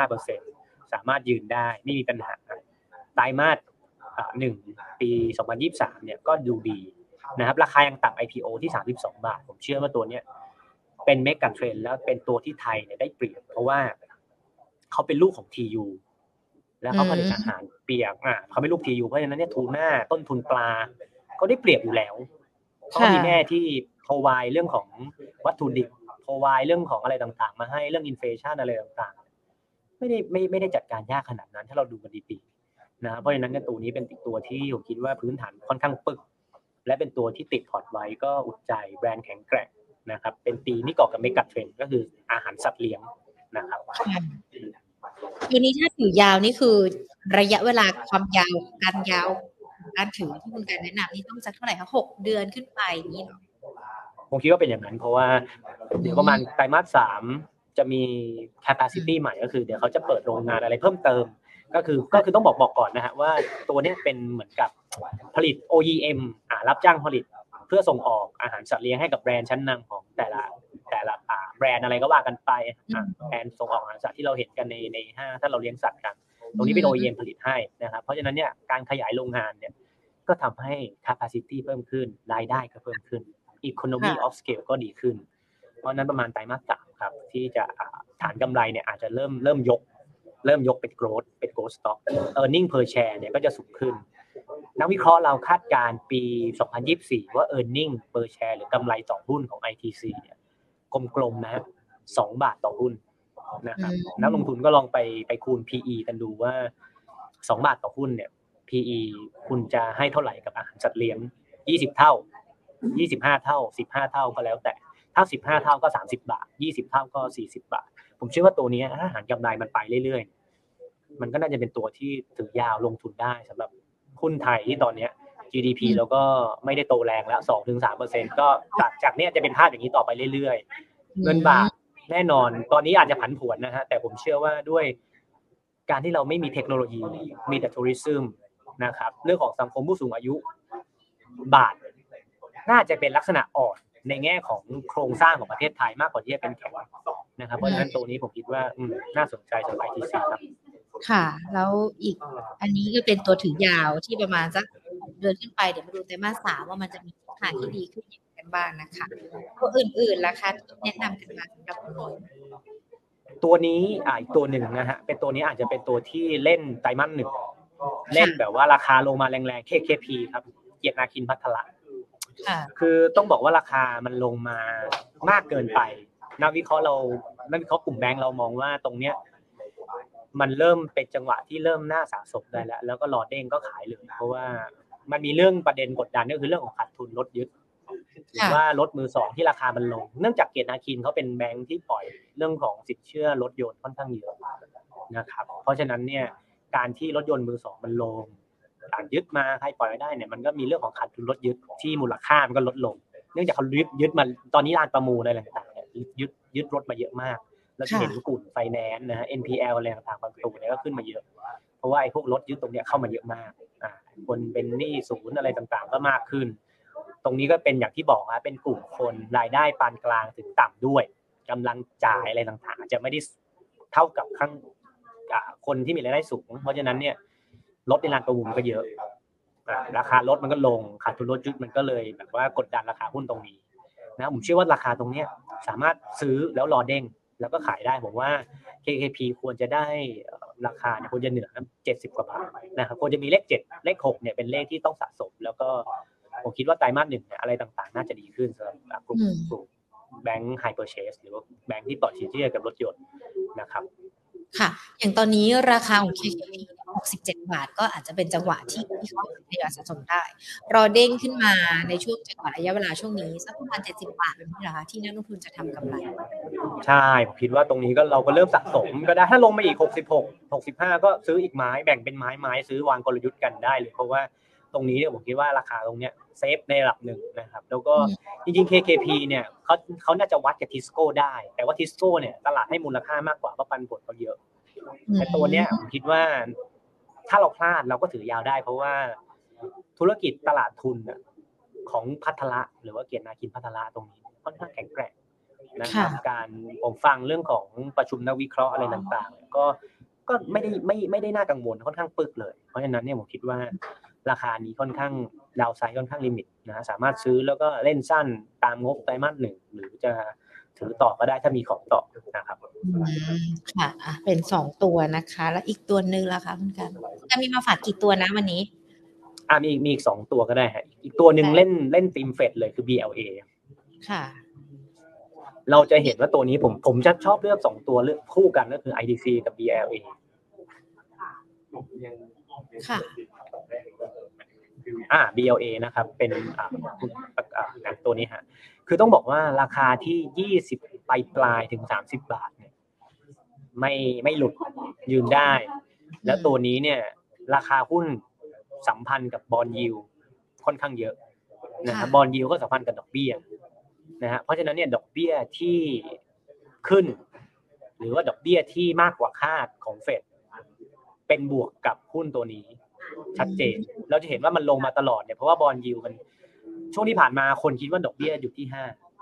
25% สามารถยืนได้ไม่มีปัญหาไตรมาส1 ปี 2023เนี่ยก็ดูดีนะครับราคายังต่ำ IPO ที่32 บาทผมเชื่อว่าตัวเนี้ยเป็นเมกะเทรนด์แล้วเป็นตัวที่ไทยเนี่ยได้เปรียบเพราะว่าเขาเป็นลูกของ TU แล้วเขาผลิตอาหารเปียกเขาเป็นลูก TU เพราะฉะนั้นเนี่ยทูน่าต้นทุนปลาก็ได้เปรียบอยู่แล้วเขามีแม่ที่โพรไวด์เรื่องของวัตถุดิบโพรไวด์เรื่องของอะไรต่างๆมาให้เรื่องอินเฟชั่นอะไรต่างๆไม่ได้จัดการยากขนาดนั้นถ้าเราดูกันดีๆนะเพราะฉะนั้นเนี่ยตัวนี้เป็นตัวที่ผมคิดว่าพื้นฐานค่อนข้างปึกและเป็นตัวที่ติดพอร์ตไว้ก็อุดใจแบรนด์แข็งแกร่งนะครับเป็นตีนี่เกาะกับเมกะเทรนด์ก็คืออาหารสัตว์เลี้ยงนะครับตัวนี้ถ้าถือยาวนี่คือระยะเวลาความยาวการยาวการถือที่คุณการแนะนำนี่ต้องสักเท่าไหร่คะ6 เดือนขึ้นไปนี่หรอผมคิดว่าเป็นอย่างนั้นเพราะว่าเดี๋ยวประมาณไตรมาส 3จะมี capacity ใหม่ก็คือเดี๋ยวเขาจะเปิดโรงงานอะไรเพิ่มเติมก็คือต้องบอกก่อนนะฮะว่าตัวนี้เป็นเหมือนกับผลิต OEM รับจ้างผลิตเพื่อส่งออกอาหารสัตว์เลี้ยงให้กับแบรนด์ชั้นนำของแต่ละแบรนด์อะไรก็ว่ากันไปแบรนด์ส่งออกอาหารสัตว์ที่เราเห็นกันในห้างถ้าเราเลี้ยงสัตว์กันตรงนี้เป็น OEM ผลิตให้นะครับเพราะฉะนั้นเนี่ยการขยายโรงงานเนี่ยก็ทำให้ capacity เพิ่มขึ้นรายได้ก็เพิ่มขึ้น economy of scale ก็ดีขึ้นเพราะนั้นประมาณไตรมาส 3ครับที่จะฐานกำไรเนี่ยอาจจะเริ่มยกเป็น growth stock earning per share เนี่ยก็จะสูงขึ้นนักวิเคราะห์เราคาดการณ์ปี 2024 ว่า earning per share หรือกำไรต่อหุ้นของ ITC เนี่ยกลมๆนะ2 บาทต่อหุ้นนะครับนักลงทุนก็ลองไปคูณ PE กันดูว่า2 บาทต่อหุ้นเนี่ย PE คุณจะให้เท่าไหร่กับอาหารสัตว์เลี้ยง20 เท่า25 เท่า15 เท่าก็แล้วแต่ถ้า15 เท่าก็30 บาท20 เท่าก็40 บาทผมเชื่อว่าตัวนี้ถ้าหารกำไรมันไปเรื่อยๆมันก็น่าจะเป็นตัวที่ถือยาวลงทุนได้สำหรับหุ้นไทยที่ตอนนี้ GDP แล้วก็ไม่ได้โตแรงแล้ว 2-3% ก็จากนี้จะเป็นภาพอย่างนี้ต่อไปเรื่อยๆเงินบาทแน่นอนตอนนี้อาจจะผันผวนนะฮะแต่ผมเชื่อว่าด้วยการที่เราไม่มีเทคโนโลยีมีแต่ทัวริซึมนะครับเรื่องของสังคมผู้สูงอายุบาทน่าจะเป็นลักษณะอ่อนในแง่ของโครงสร้างของประเทศไทยมากกว่าที่จะเป็นแข็งนะครับเพราะฉะนั้นตัวนี้ผมคิดว่าน่าสนใจสำหรับ ITC ครับค่ะแล้วอีกอันนี้ก็เป็นตัวถือยาวที่ประมาณสัก6 เดือนขึ้นไปเดี๋ยวมาดูไตรมาส 3ว่ามันจะมีทิศทางที่ดีขึ้นอย่างไรกันบ้างนะคะตัวอื่นๆล่ะคะที่แนะนำกันมาสำหรับคุณตัวนี้อีกตัวหนึ่งนะฮะเป็นตัวนี้อาจจะเป็นตัวที่เล่นไตรมาสหนึ่งเล่นแบบว่าราคาลงมาแรงๆ KKP ครับเกียรตินาคินภัทร คือต้องบอกว่าราคามันลงมามากเกินไปนักวิเคราะห์กลุ่มแบงก์เรามองว่าตรงเนี้ยมันเริ่มเป็นจังหวะที่เริ่มน่าสะสมได้แล้วก็รอเด้งก็ขายเลยเพราะว่ามันมีเรื่องประเด็นกดดันก็คือเรื่องของขาดทุนรถยึดหรือว่ารถมือสองที่ราคามันลงเนื่องจากเกียรตินาคินเขาเป็นแบงก์ที่ปล่อยเรื่องของสินเชื่อรถยนต์ค่อนข้างเยอะนะครับเพราะฉะนั้นเนี่ยการที่รถยนต์มือสองมันลงการยึดมาใครปล่อยไม่ได้เนี่ยมันก็มีเรื่องของขาดทุนรถยึดที่มูลค่ามันก็ลดลงเนื่องจากเขายึดมาตอนนี้ลานประมูลอะไรต่างๆยึดรถมาเยอะมากแล้วจะเห็นกลุ่มไฟแนนซ์นะฮะ NPL อะไรต่างๆบางตัวเนี่ยก็ขึ้นมาเยอะเพราะว่าไอ้พวกรถยึดตรงเนี้ยเข้ามาเยอะมากคนเป็นหนี้ศูนย์อะไรต่างๆก็มากขึ้นตรงนี้ก็เป็นอย่างที่บอกเป็นกลุ่มคนรายได้ปานกลางถึงต่ำด้วยกำลังจ่ายอะไรต่างๆจะไม่ได้เท่ากับข้างคนที่มีรายได้สูงเพราะฉะนั้นเนี่ยรถในลานประมูลก็เยอะราคารถมันก็ลงขาดทุนรถยึดมันก็เลยแบบว่ากดดันราคาหุ้นตรงนี้นะผมเชื่อว่าราคาตรงนี้สามารถซื้อแล้วรอเด้งแล้วก็ขายได้ผมว่า KKP ควรจะได้ราคาเนี่ยควรจะเหนือ70กว่าบาทนะครับควรจะมีเลข7เลข6เนี่ยเป็นเลขที่ต้องสะสมแล้วก็ผมคิดว่าไตรมาส1เนี่ยอะไรต่างๆน่าจะดีขึ้นสำหรับกลุ่มแบงค์ไฮเปอร์เชสหรือว่าแบงค์ที่ปล่อยสินเชื่อกับรถยนต์นะครับค่ะอย่างตอนนี้ราคาของ KKP 67 บาทก็อาจจะเป็นจังหวะที่เขาทยอยสะสมได้รอเด้งขึ้นมาในช่วงจังหวะระยะเวลาช่วงนี้สักประมาณ70 บาทเป็นที่นะคะที่นักลงทุนจะทำกำไรใช่ผมคิดว่าตรงนี้ก็เราก็เริ่มสะสมก็ได้ถ้าลงมาอีก66 65ก็ซื้ออีกไม้แบ่งเป็นไม้ซื้อวางกลยุทธ์กันได้เลยเพราะว่าตรงนี้เนี่ยผมคิดว่าราคาตรงเนี้ยเซฟในระดับหนึ่งนะครับแล้วก็จริงๆ KKP เนี่ยเขาน่าจะวัดกับทิสโก้ได้แต่ว่าทิสโก้เนี่ยตลาดให้มูลค่ามากกว่าเพราะปันผลเขาเยอะแต่ตัวเนี้ยผมคิดว่าถ้าเราพลาดเราก็ถือยาวได้เพราะว่าธุรกิจตลาดทุนของภัทรหรือว่าเกียรตินาคินภัทรตรงนี้ค่อนข้างแข็งแกร่งนะครับการผมฟังเรื่องของประชุมนักวิเคราะห์อะไรต่างๆก็ไม่ได้น่ากังวลค่อนข้างปึกเลยเพราะฉะนั้นเนี่ยผมคิดว่าราคานี้ค่อนข้างดาวไซด์ค่อนข้างลิมิตนะสามารถซื้อแล้วก็เล่นสั้นตามงบไตรมาส1หรือจะถือต่อก็ได้ถ้ามีของต่อนะครับค่ะเป็น2ตัวนะคะแล้วอีกตัวนึงล่ะคะคุณกันจะมีมาฝากกี่ตัวนะวันนี้มีอีก2ตัวก็ได้ฮะอีกตัวนึงเล่นทีมเฟดเลยคือ BLA ค่ะเราจะเห็นว่าตัวนี้ผมจะชอบเลือก2ตัวเลือกคู่กันก็คือ IDC กับ BLA ค่ะ BLA นะครับเป็นตัวนี้ฮะคือต้องบอกว่าราคาที่20ปลายถึง30 บาทเนี่ยไม่หลุดยืนได้แล้วตัวนี้เนี่ยราคาหุ้นสัมพันธ์กับบอนด์ยิลด์ค่อนข้างเยอะนะครับบอนด์ยิลด์ก็สัมพันธ์กับดอกเบี้ยนะฮะเพราะฉะนั้นเนี่ยดอกเบี้ยที่ขึ้นหรือว่าดอกเบี้ยที่มากกว่าคาดของเฟดเป็นบวกกับหุ้นตัวนี้ชัดเจนเราจะเห็นว่ามันลงมาตลอดเนี่ยเพราะว่าบอนด์ยิลด์มันช่วงที่ผ่านมาคนคิดว่าดอกเบี้ยอยู่ที่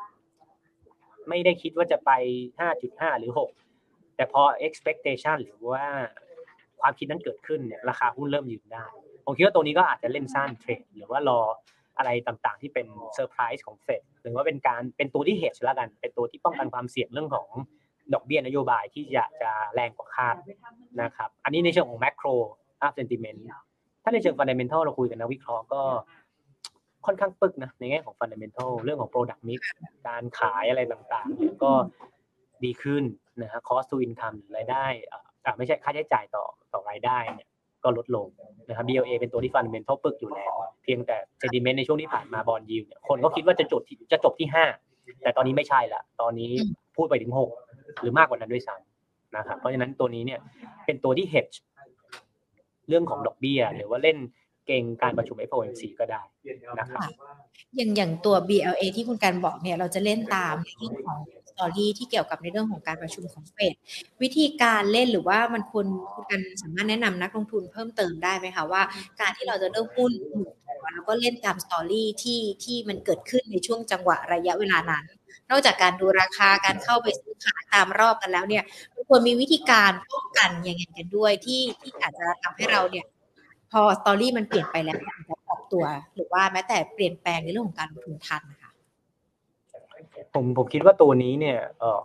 5ไม่ได้คิดว่าจะไป 5.5 หรือ6แต่พอ expectation หรือว่าความคิดนั้นเกิดขึ้นเนี่ยราคาหุ้นเริ่มยืนได้ผมคิดว่าตัวนี้ก็อาจจะเล่นสั้นเทรดหรือว่ารออะไรต่างๆที่เป็นเซอร์ไพรส์ของเฟดหรือว่าเป็นตัวที่เฮดจ์แล้วกันเป็นตัวที่ป้องกันความเสี่ยงเรื่องของดอกเบี้ยนโยบายที่จะแรงกว่าคาดนะครับอันนี้ในเชิงของแมคโครเซนติเมนต์ถ้าในเชิงฟันเดเมนทัลเราคุยกันนักวิเคราะห์ก็ค่อนข้างปึกนะในแง่ของฟันเดเมนทัลเรื่องของ product mix การขายอะไรต่างๆก็ดีขึ้นนะฮะ cost to income รายได้ไม่ใช่ค่าใช้จ่ายต่อรายได้เนี่ยก็ลดลงนะครับ BLA เป็นตัวที่ฟันเดเมนทัลปึกอยู่แล้วเพียงแต่เซนติเมนต์ในช่วงที่ผ่านมาบอนด์ยิลด์เนี่ยคนก็คิดว่าจะจบที่5แต่ตอนนี้ไม่ใช่ละตอนนี้พูดไปถึง6หรือมากกว่านั้นด้วยซ้ำนะครับเพราะฉะนั้นตัวนี้เนี่ยเป็นตัวที่ hedge เรื่องของดอกเบี้ยหรือว่าเล่นเก่งการประชุม FOMC ก็ได้นะครับอย่างตัว BLA ที่คุณการบอกเนี่ยเราจะเล่นตามในเรื่องของสตอรี่ที่เกี่ยวกับในเรื่องของการประชุมของเฟดวิธีการเล่นหรือว่าคุณกันสามารถแนะนำนักลงทุนเพิ่มเติมได้ไหมคะว่าการที่เราจะเลือกหุ้นแล้วก็เล่นตามสตอรี่ที่มันเกิดขึ้นในช่วงจังหวะระยะเวลานั้นนอกจากการดูราคาการเข้าไปซื้อขายตามรอบกันแล้วเนี่ยควรมีวิธีการป้องกันยังไงกันด้วยที่อาจจะทำให้เราเนี่ยพอสตอรี่มันเปลี่ยนไปแล้วอาจจะปรับตัวหรือว่าแม้แต่เปลี่ยนแปลงในเรื่องของการลงทุนทันนะคะผมคิดว่าตัวนี้เนี่ย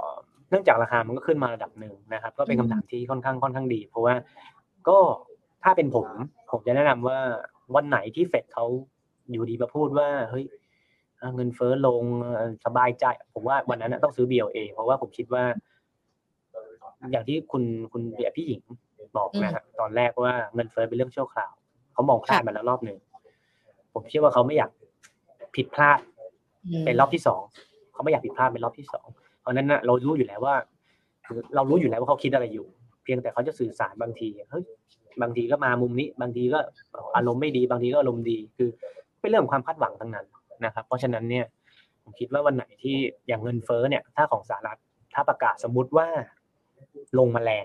เนื่องจากราคามันก็ขึ้นมาระดับหนึ่งนะครับก็เป็นคำถามที่ค่อนข้างดีเพราะว่าก็ถ้าเป็นผมจะแนะนำว่าวันไหนที่เฟดเขาอยู่ดีมาพูดว่าเฮ้ยเงินเฟ้อลงสบายใจผมว่าวันนั้นต้องซื้อ BLA เพราะว่าผมคิดว่าอย่างที่คุณพี่หญิงบอกนะครับตอนแรกว่าเงินเฟ้อเป็นเรื่องชั่วคราวเขามองพลาดมาแล้วรอบนึงผมเชื่อว่าเขาไม่อยากผิดพลาดเป็นรอบที่2เขาไม่อยากผิดพลาดเป็นรอบที่2เพราะนั้นนะเรารู้อยู่แล้วว่าเขาคิดอะไรอยู่เพียงแต่เขาจะสื่อสารบางทีเฮ้ยบางทีก็มามุมนี้บางทีก็อารมณ์ไม่ดีบางทีก็อารมณ์ดีคือเป็นเรื่องของความคาดหวังทั้งนั้นนะครับเพราะฉะนั้นเนี่ยผมคิดว่าวันไหนที่อย่างเงินเฟ้อเนี่ยถ้าของสหรัฐถ้าประกาศสมมุติว่าลงมาแรง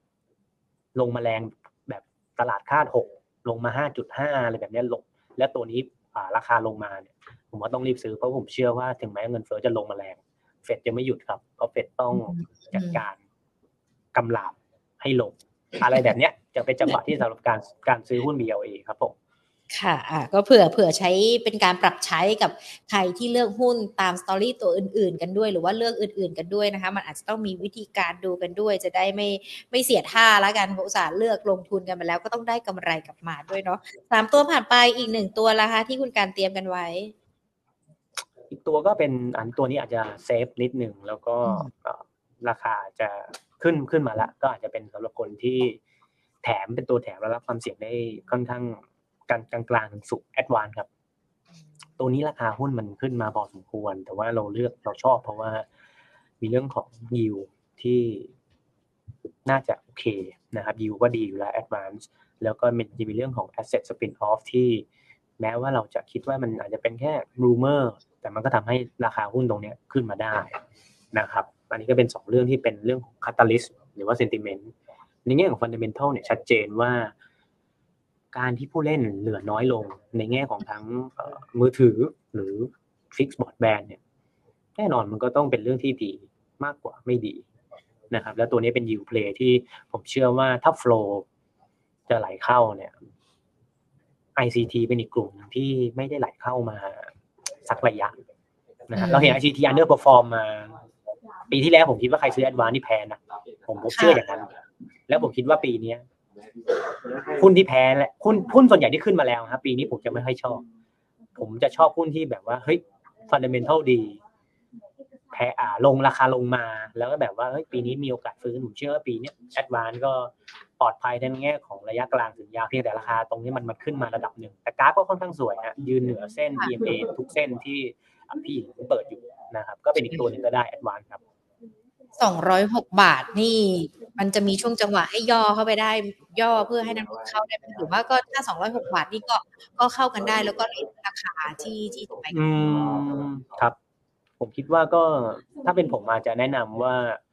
แบบตลาดคาด6ลงมา 5.5 อะไรแบบนี้ลงและตัวนี้ราคาลงมาเนี่ยผมว่าต้องรีบซื้อเพราะผมเชื่อว่าถึงแม้เงินเฟ้อจะลงมาแรงเฟดจะไม่หยุดครับเพราะเฟดต้องจัดการกำลังให้ลงอะไรแบบนี้จะเป็นจังหวะที่สำหรับการซื้อหุ้น BLA ครับผมค่ะก็เผื่อใช้เป็นการปรับใช้กับใครที่เลือกหุ้นตามสตอรี่ตัวอื่นๆกันด้วยหรือว่าเลือกอื่นๆกันด้วยนะคะมันอาจจะต้องมีวิธีการดูกันด้วยจะได้ไม่เสียท่าแล้วกันอุตส่าห์เลือกลงทุนกันไปแล้วก็ต้องได้กำไรกลับมาด้วยเนาะ3ตัวผ่านไปอีก1ตัวละคะที่คุณการเตรียมกันไว้อีกตัวก็เป็นตัวนี้อาจจะเซฟนิดนึงแล้วก็ราคาจะขึ้นมาแล้วก็อาจจะเป็นสำหรับคนที่แถมเป็นตัวแถมแล้วรับความเสี่ยงได้ค่อนข้างกลางถึงสูงแอดวานซ์ครับตัวนี้ราคาหุ้นมันขึ้นมาพอสมควรแต่ว่าเราชอบเพราะว่ามีเรื่องของยิวที่น่าจะโอเคนะครับยิวก็ดีอยู่แล้วแอดวานซ์แล้วก็มันจะมีเรื่องของ asset spin off ที่แม้ว่าเราจะคิดว่ามันอาจจะเป็นแค่ rumor แต่มันก็ทำให้ราคาหุ้นตรงนี้ขึ้นมาได้นะครับอันนี้ก็เป็น2เรื่องที่เป็นเรื่องของ catalyst หรือว่า sentiment ในแง่ของ fundamental เนี่ยชัดเจนว่าการที่ผู้เล่นเหลือน้อยลงในแง่ของทั้งมือถือหรือ fixed broadband เนี่ยแน่นอนมันก็ต้องเป็นเรื่องที่ดีมากกว่าไม่ดีนะครับแล้วตัวนี้เป็น yield play ที่ผมเชื่อว่าถ้า flow จะไหลเข้าเนี่ย ICT เป็นอีกกลุ่มที่ไม่ได้ไหลเข้ามาสักระยะนะฮะเราเห็น ICT underperform มาปีที่แล้วผมคิดว่าใครซื้อ Advance นี่แพ้นะผมเชื่ออย่างนั้นแล้วผมคิดว่าปีนี้หุ้นที่แพ้และหุ้นส่วนใหญ่ที่ขึ้นมาแล้วครับปีนี้ผมจะไม่ค่อยชอบผมจะชอบหุ้นที่แบบว่าเฮ้ย fundamental ดีแพ้ลงราคาลงมาแล้วก็แบบว่าเฮ้ยปีนี้มีโอกาสฟื้นผมเชื่อว่าปีนี้ Advance ก็ปลอดภัยในแง่ของระยะกลางถึงยาวเพียงแต่ราคาตรงนี้มันขึ้นมาระดับหนึ่งแต่กราฟก็ค่อนข้างสวยฮะยืนเหนือเส้น EMA ทุกเส้นที่พี่เปิดอยู่นะครับก็เป็นอีกตัวหนึ่งก็ได้ Advance ครับ 206 บาทนี่มันจะมีช่วงจังหวะให้ย่อเข้าไปได้ย่อเพื่อให้นักลงทุนเข้าได้หรือว่าก็ถ้า206 บาทนี่ก็เข้ากันได้แล้วก็เล่นราคาที่จะไปครับผมคิดว่าก็ถ้าเป็นผมอาจจะแนะนำว่า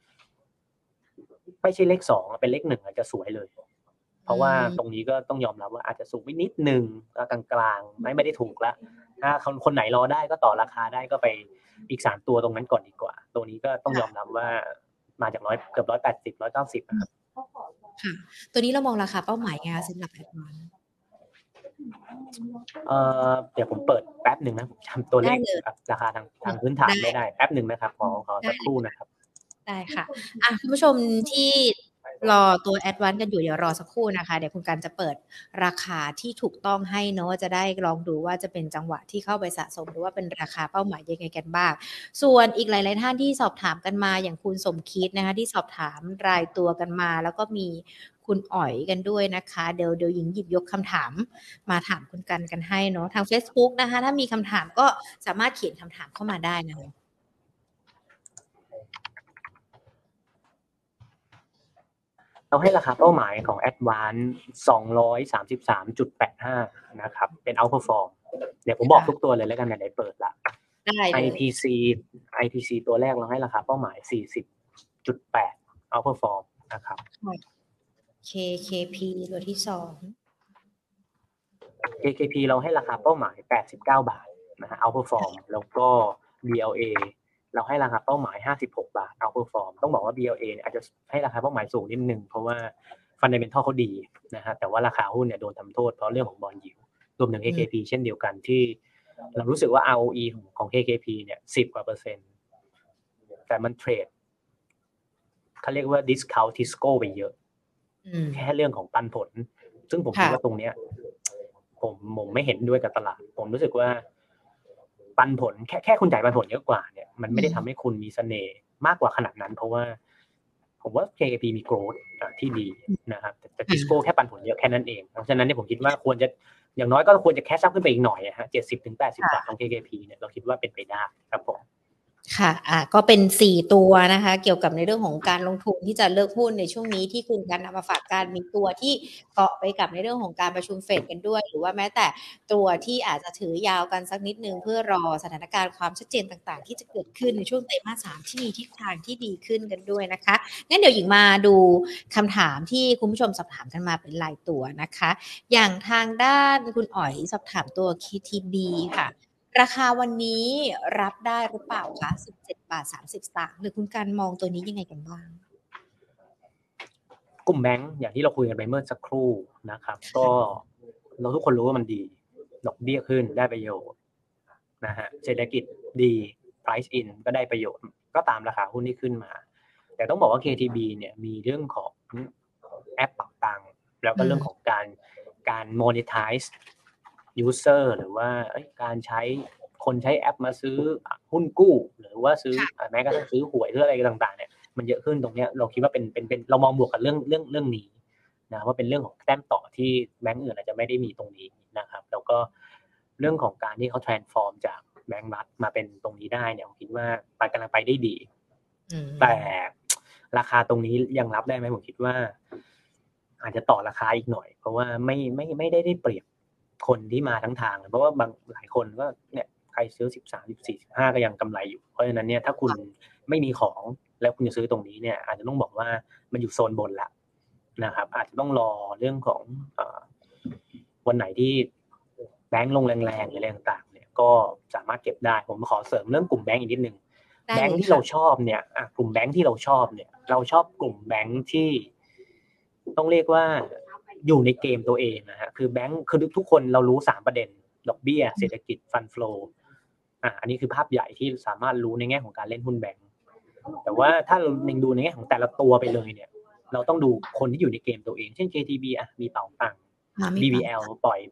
ไม่ใช่เลข2เป็นเลข1อาจจะสวยเลยเพราะว่าตรงนี้ก็ต้องยอมรับว่าอาจจะสูงไปนิดนึงกลางๆไม่ได้ถูกละถ้าคนไหนรอได้ก็ต่อราคาได้ก็ไปอีก3ตัวตรงนั้นก่อนดีกว่าตัวนี้ก็ต้องยอมรับว่ามาจากเกือบ180 190นะครับค่ะตัวนี้เรามองราคาเป้าหมายไงคะสำหรับ Advance เดี๋ยวผมเปิดแป๊บนึงนะผมจำตัวเลขราคาทางพื้นฐานไม่ได้แป๊บนึงนะครับขอสักครู่นะครับได้ค่ะคุณผู้ชมที่รอตัว Advance กันอยู่เดี๋ยวรอสักครู่นะคะเดี๋ยวคุณกันจะเปิดราคาที่ถูกต้องให้เนาะจะได้ลองดูว่าจะเป็นจังหวะที่เข้าไปสะสมหรือว่าเป็นราคาเป้าหมายยังไงกันบ้างส่วนอีกหลายๆท่านที่สอบถามกันมาอย่างคุณสมคิดนะคะที่สอบถามรายตัวกันมาแล้วก็มีคุณอ๋อยกันด้วยนะคะเดี๋ยวหญิงหยิบยกคำถามมาถามคุณกันให้เนาะทาง Facebook นะคะถ้ามีคำถามก็สามารถเขียนคำถามเข้ามาได้นะคะเราให้ราคาเป้าหมายของ Advance 233.85 นะครับเป็น outperform เดี๋ยวผมบอกทุกตัวเลยแล้วกันไหนเปิดละ IPC ตัวแรกเราให้ราคาเป้าหมาย 40.8 outperform นะครับ KKP ตัวที่2 KKP เราให้ราคาเป้าหมาย89 บาทนะฮะ outperform แล้วก็ BLA เราให้ราคาเป้าหมาย56 บาท outperform ต้องบอกว่า BLA อาจจะให้ราคาเป้าหมายสูงนิดนึงเพราะว่า fundamental เขาดีนะฮะแต่ว่าราคาหุ้นเนี่ยโดนทำโทษเพราะเรื่องของบอนด์ยิลด์รวมถึง KKP เช่นเดียวกันที่เรารู้สึกว่า ROE ของ KKP เนี่ย10 กว่าเปอร์เซ็นต์แต่มันเทรดเขาเรียกว่า discount Tisco ไปเยอะแค่เรื่องของปันผลซึ่งผมคิดว่าตรงเนี้ยผมไม่เห็นด้วยกับตลาดผมรู้สึกว่าปันผลแค่คุณจ่ายปันผลเยอะกว่าเนี่ยมันไม่ได้ทำให้คุณมีเสน่ห์มากกว่าขนาดนั้นเพราะว่าผมว่า KKP มี growth ที่ดีนะครับแต่ Tisco แค่ปันผลเยอะแค่นั้นเองเพราะฉะนั้นเนี่ยผมคิดว่าควรจะอย่างน้อยก็ควรจะแคชอัพขึ้นไปอีกหน่อยฮะ70-80 บาทของ KKP เนี่ยเราคิดว่าเป็นไปได้ครับผมค่ะก็เป็น4ตัวนะคะเกี่ยวกับในเรื่องของการลงทุนที่จะเลือกหุ้นในช่วงนี้ที่คุณกันนำมาฝากกันมีตัวที่เกาะไปกับในเรื่องของการประชุมเฟดกันด้วยหรือว่าแม้แต่ตัวที่อาจจะถือยาวกันสักนิดนึงเพื่อรอสถานการณ์ความชัดเจนต่างๆที่จะเกิดขึ้นในช่วงไตรมาส 3ที่มีทิศทางที่ดีขึ้นกันด้วยนะคะงั้นเดี๋ยวหญิงมาดูคำถามที่คุณผู้ชมสอบถามกันมาเป็นรายตัวนะคะอย่างทางด้านคุณอ๋อยสอบถามตัว KTB ค่ะราคาวันนี้รับได้หรือเปล่าคะ17.30 สตางค์หรือคุณการมองตัวนี้ยังไงกันบ้างกลุ่มแบงก์อย่างที่เราคุยกันไปเมื่อสักครู่นะครับก็เราทุกคนรู้ว่ามันดีดอกเบี้ยขึ้นได้ประโยชน์นะฮะเศรษฐกิจดี price in ก็ได้ประโยชน์ก็ตามราคาหุ้นที่ขึ้นมาแต่ต้องบอกว่า KTB เนี่ยมีเรื่องของแอปปรับตังค์แล้วก็เรื่องของการ monetize user หรือว่าการใช้คนใช้แอปมาซื้อหุ้นกู้หรือว่าซื้อแม้กระทั่งซื้อหวยหรืออะไรต่างๆเนี่ยมันเยอะขึ้นตรงเนี้ยเราคิดว่าเป็นเรามองบวกกับเรื่องนี้นะว่าเป็นเรื่องของแต้มต่อที่แบงก์อื่นอาจจะไม่ได้มีตรงนี้นะครับแล้วก็เรื่องของการที่เขา transform จากแบงก์รัฐมาเป็นตรงนี้ได้เนี่ยผมคิดว่าไปกำลังไปได้ดีแต่ราคาตรงนี้ยังรับได้ไหมผมคิดว่าอาจจะต่อราคาอีกหน่อยเพราะว่าไม่ได้เปรียบคนที่มาทั้งทางเพราะว่าบางหลายคนก็เนี่ยใครซื้อ13 14 15ก็ยังกำไรอยู่เพราะฉะนั้นเนี่ยถ้าคุณไม่มีของแล้วคุณจะซื้อตรงนี้เนี่ยอาจจะต้องบอกว่ามันอยู่โซนบนละนะครับอาจจะต้องรอเรื่องของวันไหนที่แบงค์ลงแรงๆหรืออะไรต่างๆเนี่ยก็สามารถเก็บได้ผมขอเสริมเรื่องกลุ่มแบงค์อีกนิดนึงแบงค์ที่เราชอบเนี่ยกลุ่มแบงค์ที่เราชอบเนี่ยเราชอบกลุ่มแบงค์ที่ต้องเรียกว่าอยู่ในเกมตัวเองนะฮะคือแบงค์คือทุกคนเรารู้3ประเด็นดอกเบี้ยเศรษฐกิจฟันเฟลออันนี้คือภาพใหญ่ที่สามารถรู้ในแง่ของการเล่นหุ้นแบงค์แต่ว่าถ้าเราดูในแง่ของแต่ละตัวไปเลยเนี่ยเราต้องดูคนที่อยู่ในเกมตัวเองเช่น KTB มีเป๋าตังค์ BBL ปล่อย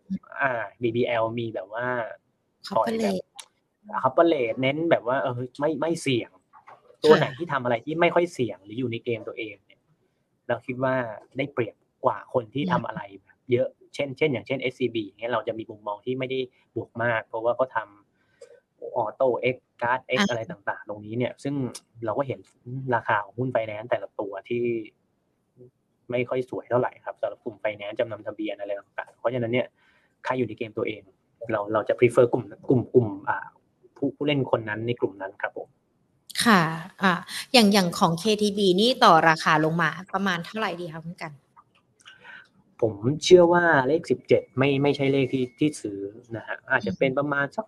BBL มีแบบว่าปล่อยแบบcorporate เน้นแบบว่าไม่เสี่ยงตัวไหนที่ทำอะไรที่ไม่ค่อยเสี่ยงหรืออยู่ในเกมตัวเองเนี่ยเราคิดว่าได้เปรียบกว่าคนที่ทำอะไรเยอะเช่นอย่างเช่น SCB อย่างเงี้ยเราจะมีมุมมองที่ไม่ได้บวกมากเพราะว่าเขาทำออโต้เอ็กการ์ดเอ็กอะไรต่างๆตรงนี้เนี่ยซึ่งเราก็เห็นราคาของหุ้นไฟแนนซ์แต่ละตัวที่ไม่ค่อยสวยเท่าไหร่ครับสำหรับกลุ่มไฟแนนซ์จำนำทะเบียนอะไรต่างๆเพราะฉะนั้นเนี่ยใครอยู่ในเกมตัวเองเราจะ prefer กลุ่มผู้เล่นคนนั้นในกลุ่มนั้นครับผมค่ะอย่างของ KTB นี่ต่อราคาลงมาประมาณเท่าไหร่ดีคะคุณกันผมเชื่อว่าเลข17ไม่ใช่เลขที่ซื้อนะฮะอาจจะเป็นประมาณสัก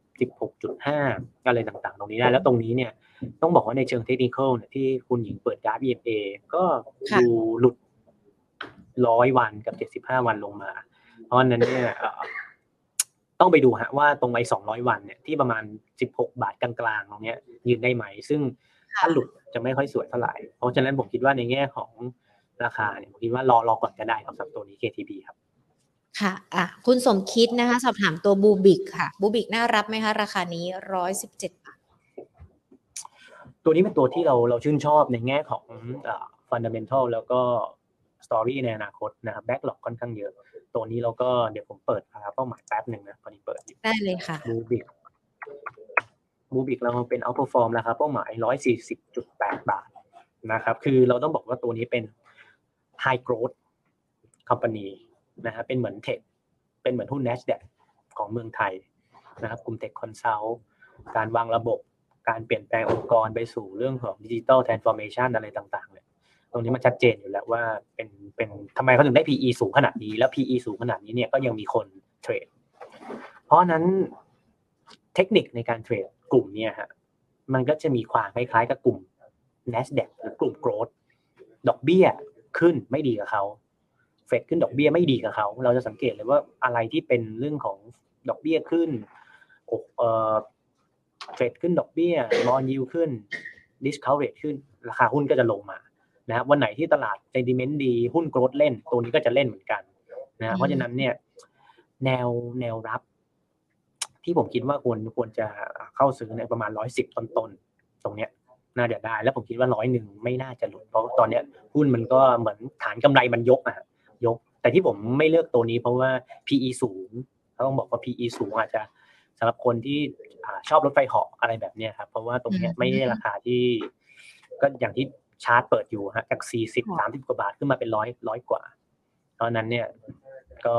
16.5 อะไรต่างๆตรงนี้ได้แล้วตรงนี้เนี่ยต้องบอกว่าในเชิงเทคนิคอลเนี่ยที่คุณหญิงเปิดกราฟ EMA ก็ดูหลุด100วันกับ75วันลงมาเพราะฉะนั้นเนี่ยต้องไปดูฮะว่าตรงไอ้200วันเนี่ยที่ประมาณ16บาทกลางๆตรงเนี้ยยืนได้ไหมซึ่งถ้าหลุดจะไม่ค่อยสวยเท่าไหร่เพราะฉะนั้นผมคิดว่าในแง่ของราคาเนี่ยผมคิดว่ารอก่อนก็ได้ครับสำหรับตัวนี้ KTB ครับค่ะคุณสมคิดนะคะสอบถามตัวบูบิกค่ะบูบิกน่ารับไหมคะราคานี้117 บาทตัวนี้เป็นตัวที่เราชื่นชอบในแง่ของfundamental แล้วก็ story ในอนาคตนะครับ backlog ค่อนข้างเยอะตัวนี้เราก็เดี๋ยวผมเปิดเป้าหมายแป๊บนึงนะตอนนี้เปิดได้เลยค่ะบูบิกเราเป็น outperform ราคาเป้าหมาย 140.8 บาทนะครับคือเราต้องบอกว่าตัวนี้เป็น high growth company นะครับเป็นเหมือนเทคเป็นเหมือนหุ้น NASDAQ ของเมืองไทยนะครับกลุ่ม Tech Consult การวางระบบการเปลี่ยนแปลงองค์กรไปสู่เรื่องของ Digital Transformation อะไรต่างๆเนี่ยตรงนี้มันชัดเจนอยู่แล้วว่าเป็นทำไมเขาถึงได้ PE สูงขนาดนี้แล้ว PE สูงขนาดนี้เนี่ยก็ยังมีคนเทรดเพราะนั้นเทคนิคในการเทรดกลุ่มเนี่ยฮะมันก็จะมีความคล้ายๆกับกลุ่ม NASDAQ หรือกลุ่ม Growth ดอกเบี้ยขึ้นไม่ดีกับเขาเฟดขึ้นดอกเบี้ยไม่ดีกับเขาเราจะสังเกตเลยว่าอะไรที่เป็นเรื่องของดอกเบี้ยขึ้นเฟดขึ้นดอกเบี้ยบอนด์ยิลด์ขึ้น discount rate ขึ้นราคาหุ้นก็จะลงมานะครับวันไหนที่ตลาด sentiment ดีหุ้น growth เล่นตัวนี้ก็จะเล่นเหมือนกันนะเพราะฉะนั้นเนี่ยแนวรับที่ผมคิดว่าควรจะเข้าซื้อในประมาณ110ต้นๆตรงเนี้ยน่าจะได้แล้วผมคิดว่า100ไม่น่าจะหลุดเพราะตอนเนี้ยหุ้นมันก็เหมือนฐานกำไรมันยกแต่ที่ผมไม่เลือกตัวนี้เพราะว่า PE สูงต้องบอกว่า PE สูงอาจจะสำหรับคนที่ชอบรถไฟเหาะอะไรแบบนี้ครับเพราะว่าตรงนี้ไม่ได้ราคาที่ก็อย่างที่ชาร์ตเปิดอยู่ฮะจาก40-30กว่าบาทขึ้นมาเป็น100กว่าเพราะนั้นเนี่ยก็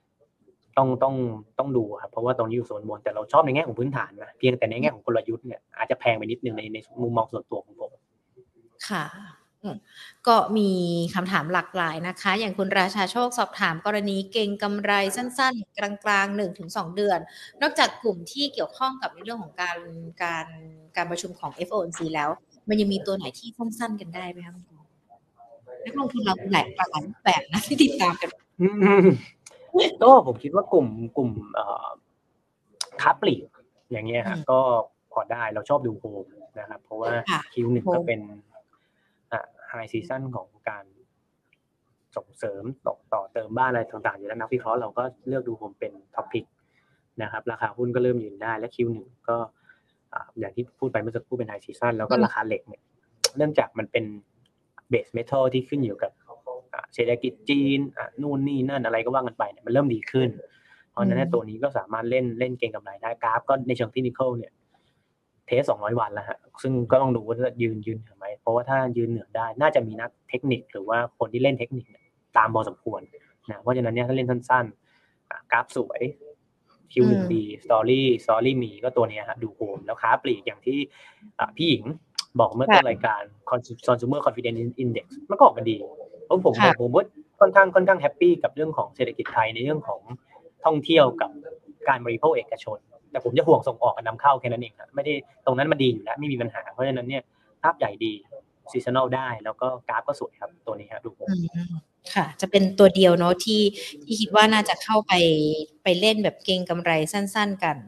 ต้องดูครับเพราะว่าตรงนี้อยู่โซนบนแต่เราชอบในแง่ของพื้นฐานนะเพียงแต่ในแง่ของกลยุทธ์เนี่ยอาจจะแพงไปนิดนึงในมุมมองส่วนตัวของผมค่ะก็มีคำถามหลากหลายนะคะอย่างคุณราชาโชคสอบถามกรณีเก็งกำไรสั้นๆกลางๆ 1-2 เดือนนอกจากกลุ่มที่เกี่ยวข้องกับในเรื่องของการประชุมของ FOMC แล้วมันยังมีตัวไหนที่สั้นๆกันได้ไหมคะคุณนักลงทุนเราหลายรูปแบบนะที่ติดตามกันก็ผมคิดว่ากลุ่มค้าปลีกอย่างเงี้ยฮะก็พอได้เราชอบดูโฮมนะครับเพราะว่า Q1 ก็เป็นไฮซีซั่นของการส่งเสริมต่อเติมบ้านอะไรต่างๆอยู่แล้วนักวิเคราะห์เราก็เลือกดูโฮมเป็นท็อปพิกนะครับราคาหุ้นก็เริ่มยืนได้และ Q1 ก็อย่างที่พูดไปเมื่อสักครู่เป็นไฮซีซั่นแล้วก็ราคาเหล็กเนี่ยเนื่องจากมันเป็นเบสเมทัลที่ขึ้นอยู่กับเศรษฐกิจจีนนู่นนี่นั่นอะไรก็ว่ากันไปเนี่ยมันเริ่มดีขึ้นเพราะฉะนั้นตัวนี้ก็สามารถเล่นเก็งกำไรได้กราฟก็ในเชิงเทคนิคอลเนี่ยเทส200วันแล้วฮะซึ่งก็ต้องดูว่าจะยืนเหนือไหมเพราะว่าถ้ายืนเหนือได้น่าจะมีนักเทคนิคหรือว่าคนที่เล่นเทคนิคตามพอสมควรนะเพราะฉะนั้นเนี่ยถ้าเล่นสั้นๆกราฟสวย Q1 ดีสตอรี่มีก็ตัวนี้ฮะดูโฮมแล้วค้าปลีกอย่างที่พี่หญิงบอกเมื่อต้นรายการ Consumer Confidence Index มันก็ออกมาดีเพราะผมว่าค่อนข้างแฮปปี้กับเรื่องของเศรษฐกิจไทยในเรื่องของท่องเที่ยวกับการบริโภคเอกชนแต่ผมจะห่วงส่งออกกับนำเข้าแค่นั้นเองครับไม่ได้ตรงนั้นมันดีอยู่แล้วไม่มีปัญหาเพราะฉะนั้นเนี่ยภาพใหญ่ดีซีซันนลได้แล้วก็กราฟก็สวยครับตัวนี้ครับดูค่ะจะเป็นตัวเดียวเนาะที่คิดว่าน่าจะเข้าไปเล่นแบบเก็งกำไรสั้นๆกัน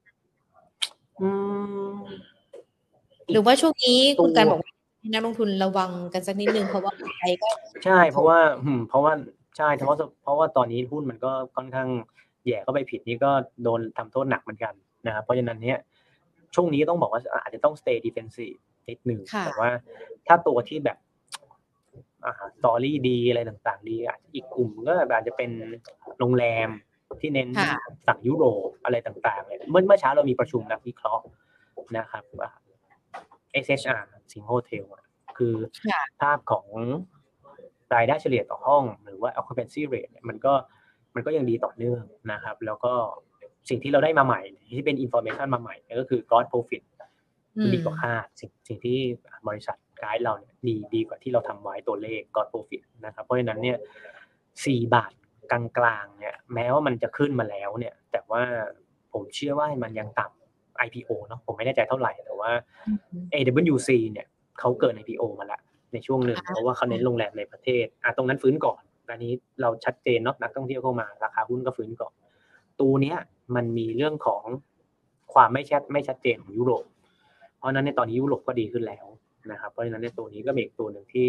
หรือว่าช่วงนี้คุณการบอกให้นักลงทุนระวังกันสักนิดนึงเพราะว่าใครก็ใช่เพราะว่าใช่เพราะว่าตอนนี้หุ้นมันก็ค่อนข้างแย่เข้าไปผิดนี่ก็โดนทำโทษหนักเหมือนกันนะครับเพราะฉะนั้นเนี่ยช่วงนี้ต้องบอกว่าอาจจะต้อง stay defensive นิดนึงแต่ว่าถ้าตัวที่แบบสตอรี่ดีอะไรต่างๆดีอาจจะอีกกลุ่มก็อาจจะเป็นโรงแรมที่เน้นฝั่งยุโรปอะไรต่างๆเนี่ยเมื่อเช้าเรามีประชุมนักวิเคราะห์นะครับSHR สิงห์โฮเทลคือภาพของรายได้เฉลี่ยต่อห้องหรือว่า occupancy rate เนี่ยมันก็ยังดีต่อเนื่องนะครับแล้วก็สิ่งที่เราได้มาใหม่ที่เป็น information มาใหม่ก็คือ gross profit ดีกว่าคาดสิ่งที่บริษัทไกด์เราเนี่ยดีกว่าที่เราทำไว้ตัวเลข gross profit นะครับเพราะฉะนั้นเนี่ย4 บาทกลางๆเนี่ยแม้ว่ามันจะขึ้นมาแล้วเนี่ยแต่ว่าผมเชื่อว่ามันยังต่ำ IPO เนาะผมไม่แน่ใจเท่าไหร่แต่ว่า AWC เนี่ยเขาเกิน IPO มาแล้วในช่วงหนึ่งเพราะว่าเขาเน้นโรงแรมในประเทศตรงนั้นฟื้นก่อนอันนี้เราชัดเจนเนาะนักท่องเที่ยวเข้ามาราคาหุ้นก็ฟื้นก่อนตัวเนี้ยมันมีเรื่องของความไม่ชัดเจนของยุโรปเพราะนั้นในตอนนี้ยุโรปก็ดีขึ้นแล้วนะครับเพราะฉะนั้นในตัวนี้ก็เป็นอีกตัวหนึ่งที่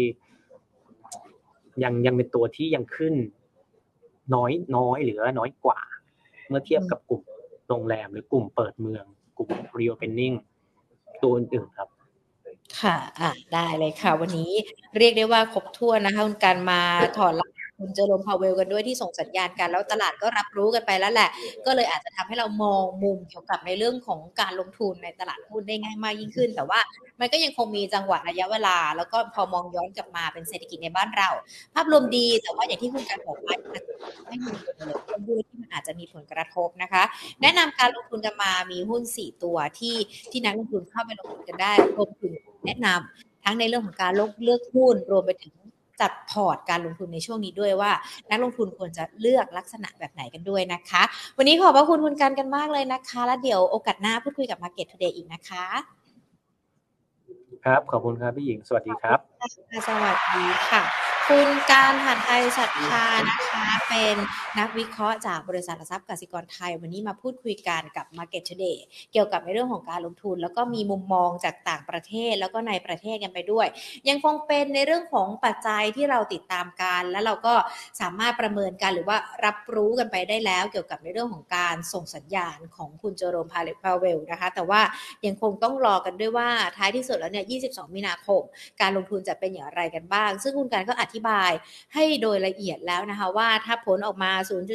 ยังเป็นตัวที่ยังขึ้นน้อยหรือน้อยกว่าเมื่อเทียบกับกลุ่มโรงแรมหรือกลุ่มเปิดเมืองกลุ่ม reopening ตัวอื่นๆครับค่ะได้เลยค่ะวันนี้เรียกได้ว่าครบถ้วนนะคะคุณการมาถอดรหัสคุณเจอโรมพาวเวลกันด้วยที่ส่งสัญญาณกันแล้วตลาดก็รับรู้กันไปแล้วแหละก็เลยอาจจะทำให้เรามองมุมเกี่ยวกับในเรื่องของการลงทุนในตลาดหุ้นได้ง่ายมากยิ่งขึ้นแต่ว่ามันก็ยังคงมีจังหวะระยะเวลาแล้วก็พอมองย้อนกลับมาเป็นเศรษฐกิจในบ้านเราภาพรวมดีแต่ว่าอย่างที่คุณการบอกไปไม่มีเลยด้วยที่มันอาจจะมีผลกระทบนะคะแนะนำการลงทุนกันมามีหุ้น4ตัวที่นักลงทุนเข้าไปลงทุนกันได้รวมถึงแนะนำทั้งในเรื่องของการเลือกหุ้นรวมไปถึงจัดพอร์ตการลงทุนในช่วงนี้ด้วยว่านักลงทุนควรจะเลือกลักษณะแบบไหนกันด้วยนะคะวันนี้ขอบพระคุณคุณกันมากเลยนะคะแล้วเดี๋ยวโอกาสหน้าพูดคุยกับ Market Today อีกนะคะครับขอบคุณครับพี่หญิงสวัสดีครับสวัสดีค่ะคุณการหไทยศรัทธานะคะเป็นนักวิเคราะห์จากบริษัทหลักทรัพย์กสิกรไทยวันนี้มาพูดคุยกันกับ Market Today เกี่ยวกับในเรื่องของการลงทุนแล้วก็มีมุมมองจากต่างประเทศแล้วก็ในประเทศกันไปด้วยยังคงเป็นในเรื่องของปัจจัยที่เราติดตามกันและเราก็สามารถประเมินกันหรือว่ารับรู้กันไปได้แล้วเกี่ยวกับในเรื่องของการส่งสัญญาณของคุณเจอโรมพาเวลนะคะแต่ว่ายังคงต้องรอกันด้วยว่าท้ายที่สุดแล้วเนี่ย22มีนาคมการลงทุนจะเป็นอย่างไรกันบ้างซึ่งคุณการก็อธิบายให้โดยละเอียดแล้วนะคะว่าถ้าผลออกมา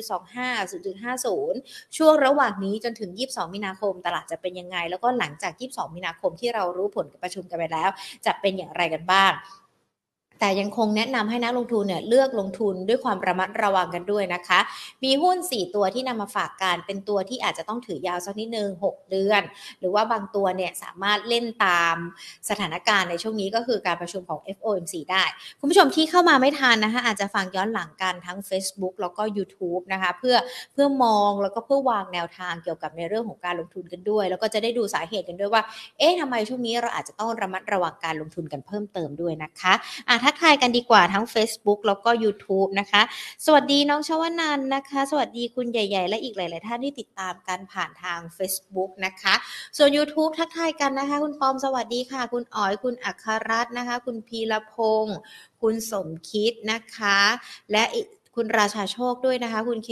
0.25 0.50 ช่วงระหว่างนี้จนถึง22มีนาคมตลาดจะเป็นยังไงแล้วก็หลังจาก22มีนาคมที่เรารู้ผลการประชุมกันไปแล้วจะเป็นอย่างไรกันบ้างแต่ยังคงแนะนำให้นักลงทุนเนี่ยเลือกลงทุนด้วยความระมัดระวังกันด้วยนะคะมีหุ้น4ตัวที่นำมาฝากกันเป็นตัวที่อาจจะต้องถือยาวสักนิดนึง6เดือนหรือว่าบางตัวเนี่ยสามารถเล่นตามสถานการณ์ในช่วงนี้ก็คือการประชุมของ FOMC ได้คุณผู้ชมที่เข้ามาไม่ทันนะคะอาจจะฟังย้อนหลังกันทั้ง Facebook แล้วก็ YouTube นะคะเพื่อมองแล้วก็เพื่อวางแนวทางเกี่ยวกับในเรื่องของการลงทุนกันด้วยแล้วก็จะได้ดูสาเหตุกันด้วยว่าทำไมช่วงนี้เราอาจจะต้องระมัดระวังการลงทุนกันเพิ่มเติมด้วยนะคะทักทายกันดีกว่าทั้ง Facebook แล้วก็ YouTube นะคะสวัสดีน้องชวนันท์นะคะสวัสดีคุณใหญ่ๆและอีกหลายๆท่านที่ติดตามกันผ่านทาง Facebook นะคะส่วน YouTube ทักทายกันนะคะคุณปอมสวัสดีค่ะคุณอ๋อยคุณอัครรัตน์นะคะคุณพีรพงศ์คุณสมคิดนะคะและคุณราชาโชคด้วยนะคะคุณ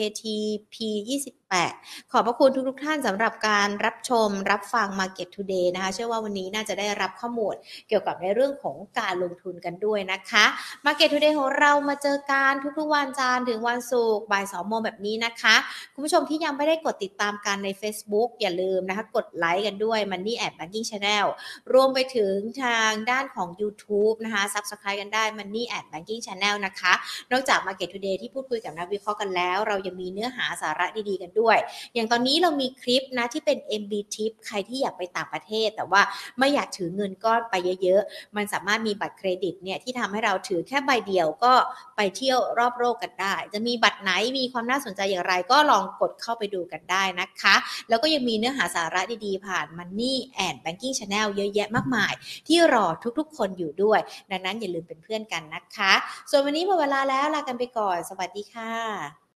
KTP28 ขอบพระคุณทุกท่านสำหรับการรับชมรับฟัง Market Today นะคะเชื่อว่าวันนี้น่าจะได้รับข้อมูลเกี่ยวกับในเรื่องของการลงทุนกันด้วยนะคะ Market Today ของเรามาเจอกันทุกๆวันจันทร์ถึงวันศุกร์บ่าย 2 โมงแบบนี้นะคะคุณผู้ชมที่ยังไม่ได้กดติดตามกันใน Facebook อย่าลืมนะคะกดไลค์กันด้วย Money and Banking Channel รวมไปถึงทางด้านของ YouTube นะคะ Subscribe กันได้ Money and Banking Channel นะคะนอกจาก Market Today ที่พูดคุยกับนักวิเคราะห์กันแล้วเรายังมีเนื้อหาสาระดีๆกันด้วยอย่างตอนนี้เรามีคลิปนะที่เป็น MB Tip ใครที่อยากไปต่างประเทศแต่ว่าไม่อยากถือเงินก้อนไปเยอะๆมันสามารถมีบัตรเครดิตเนี่ยที่ทำให้เราถือแค่ใบเดียวก็ไปเที่ยวรอบโลกกันได้จะมีบัตรไหนมีความน่าสนใจอย่างไรก็ลองกดเข้าไปดูกันได้นะคะแล้วก็ยังมีเนื้อหาสาระดีๆผ่าน Money and Banking Channel เยอะแยะมากมายที่รอทุกๆคนอยู่ด้วยดังนั้นอย่าลืมเป็นเพื่อนกันนะคะส่วนวันนี้หมดเวลาแล้วลากันไปก่อนสวัสดีค่ะ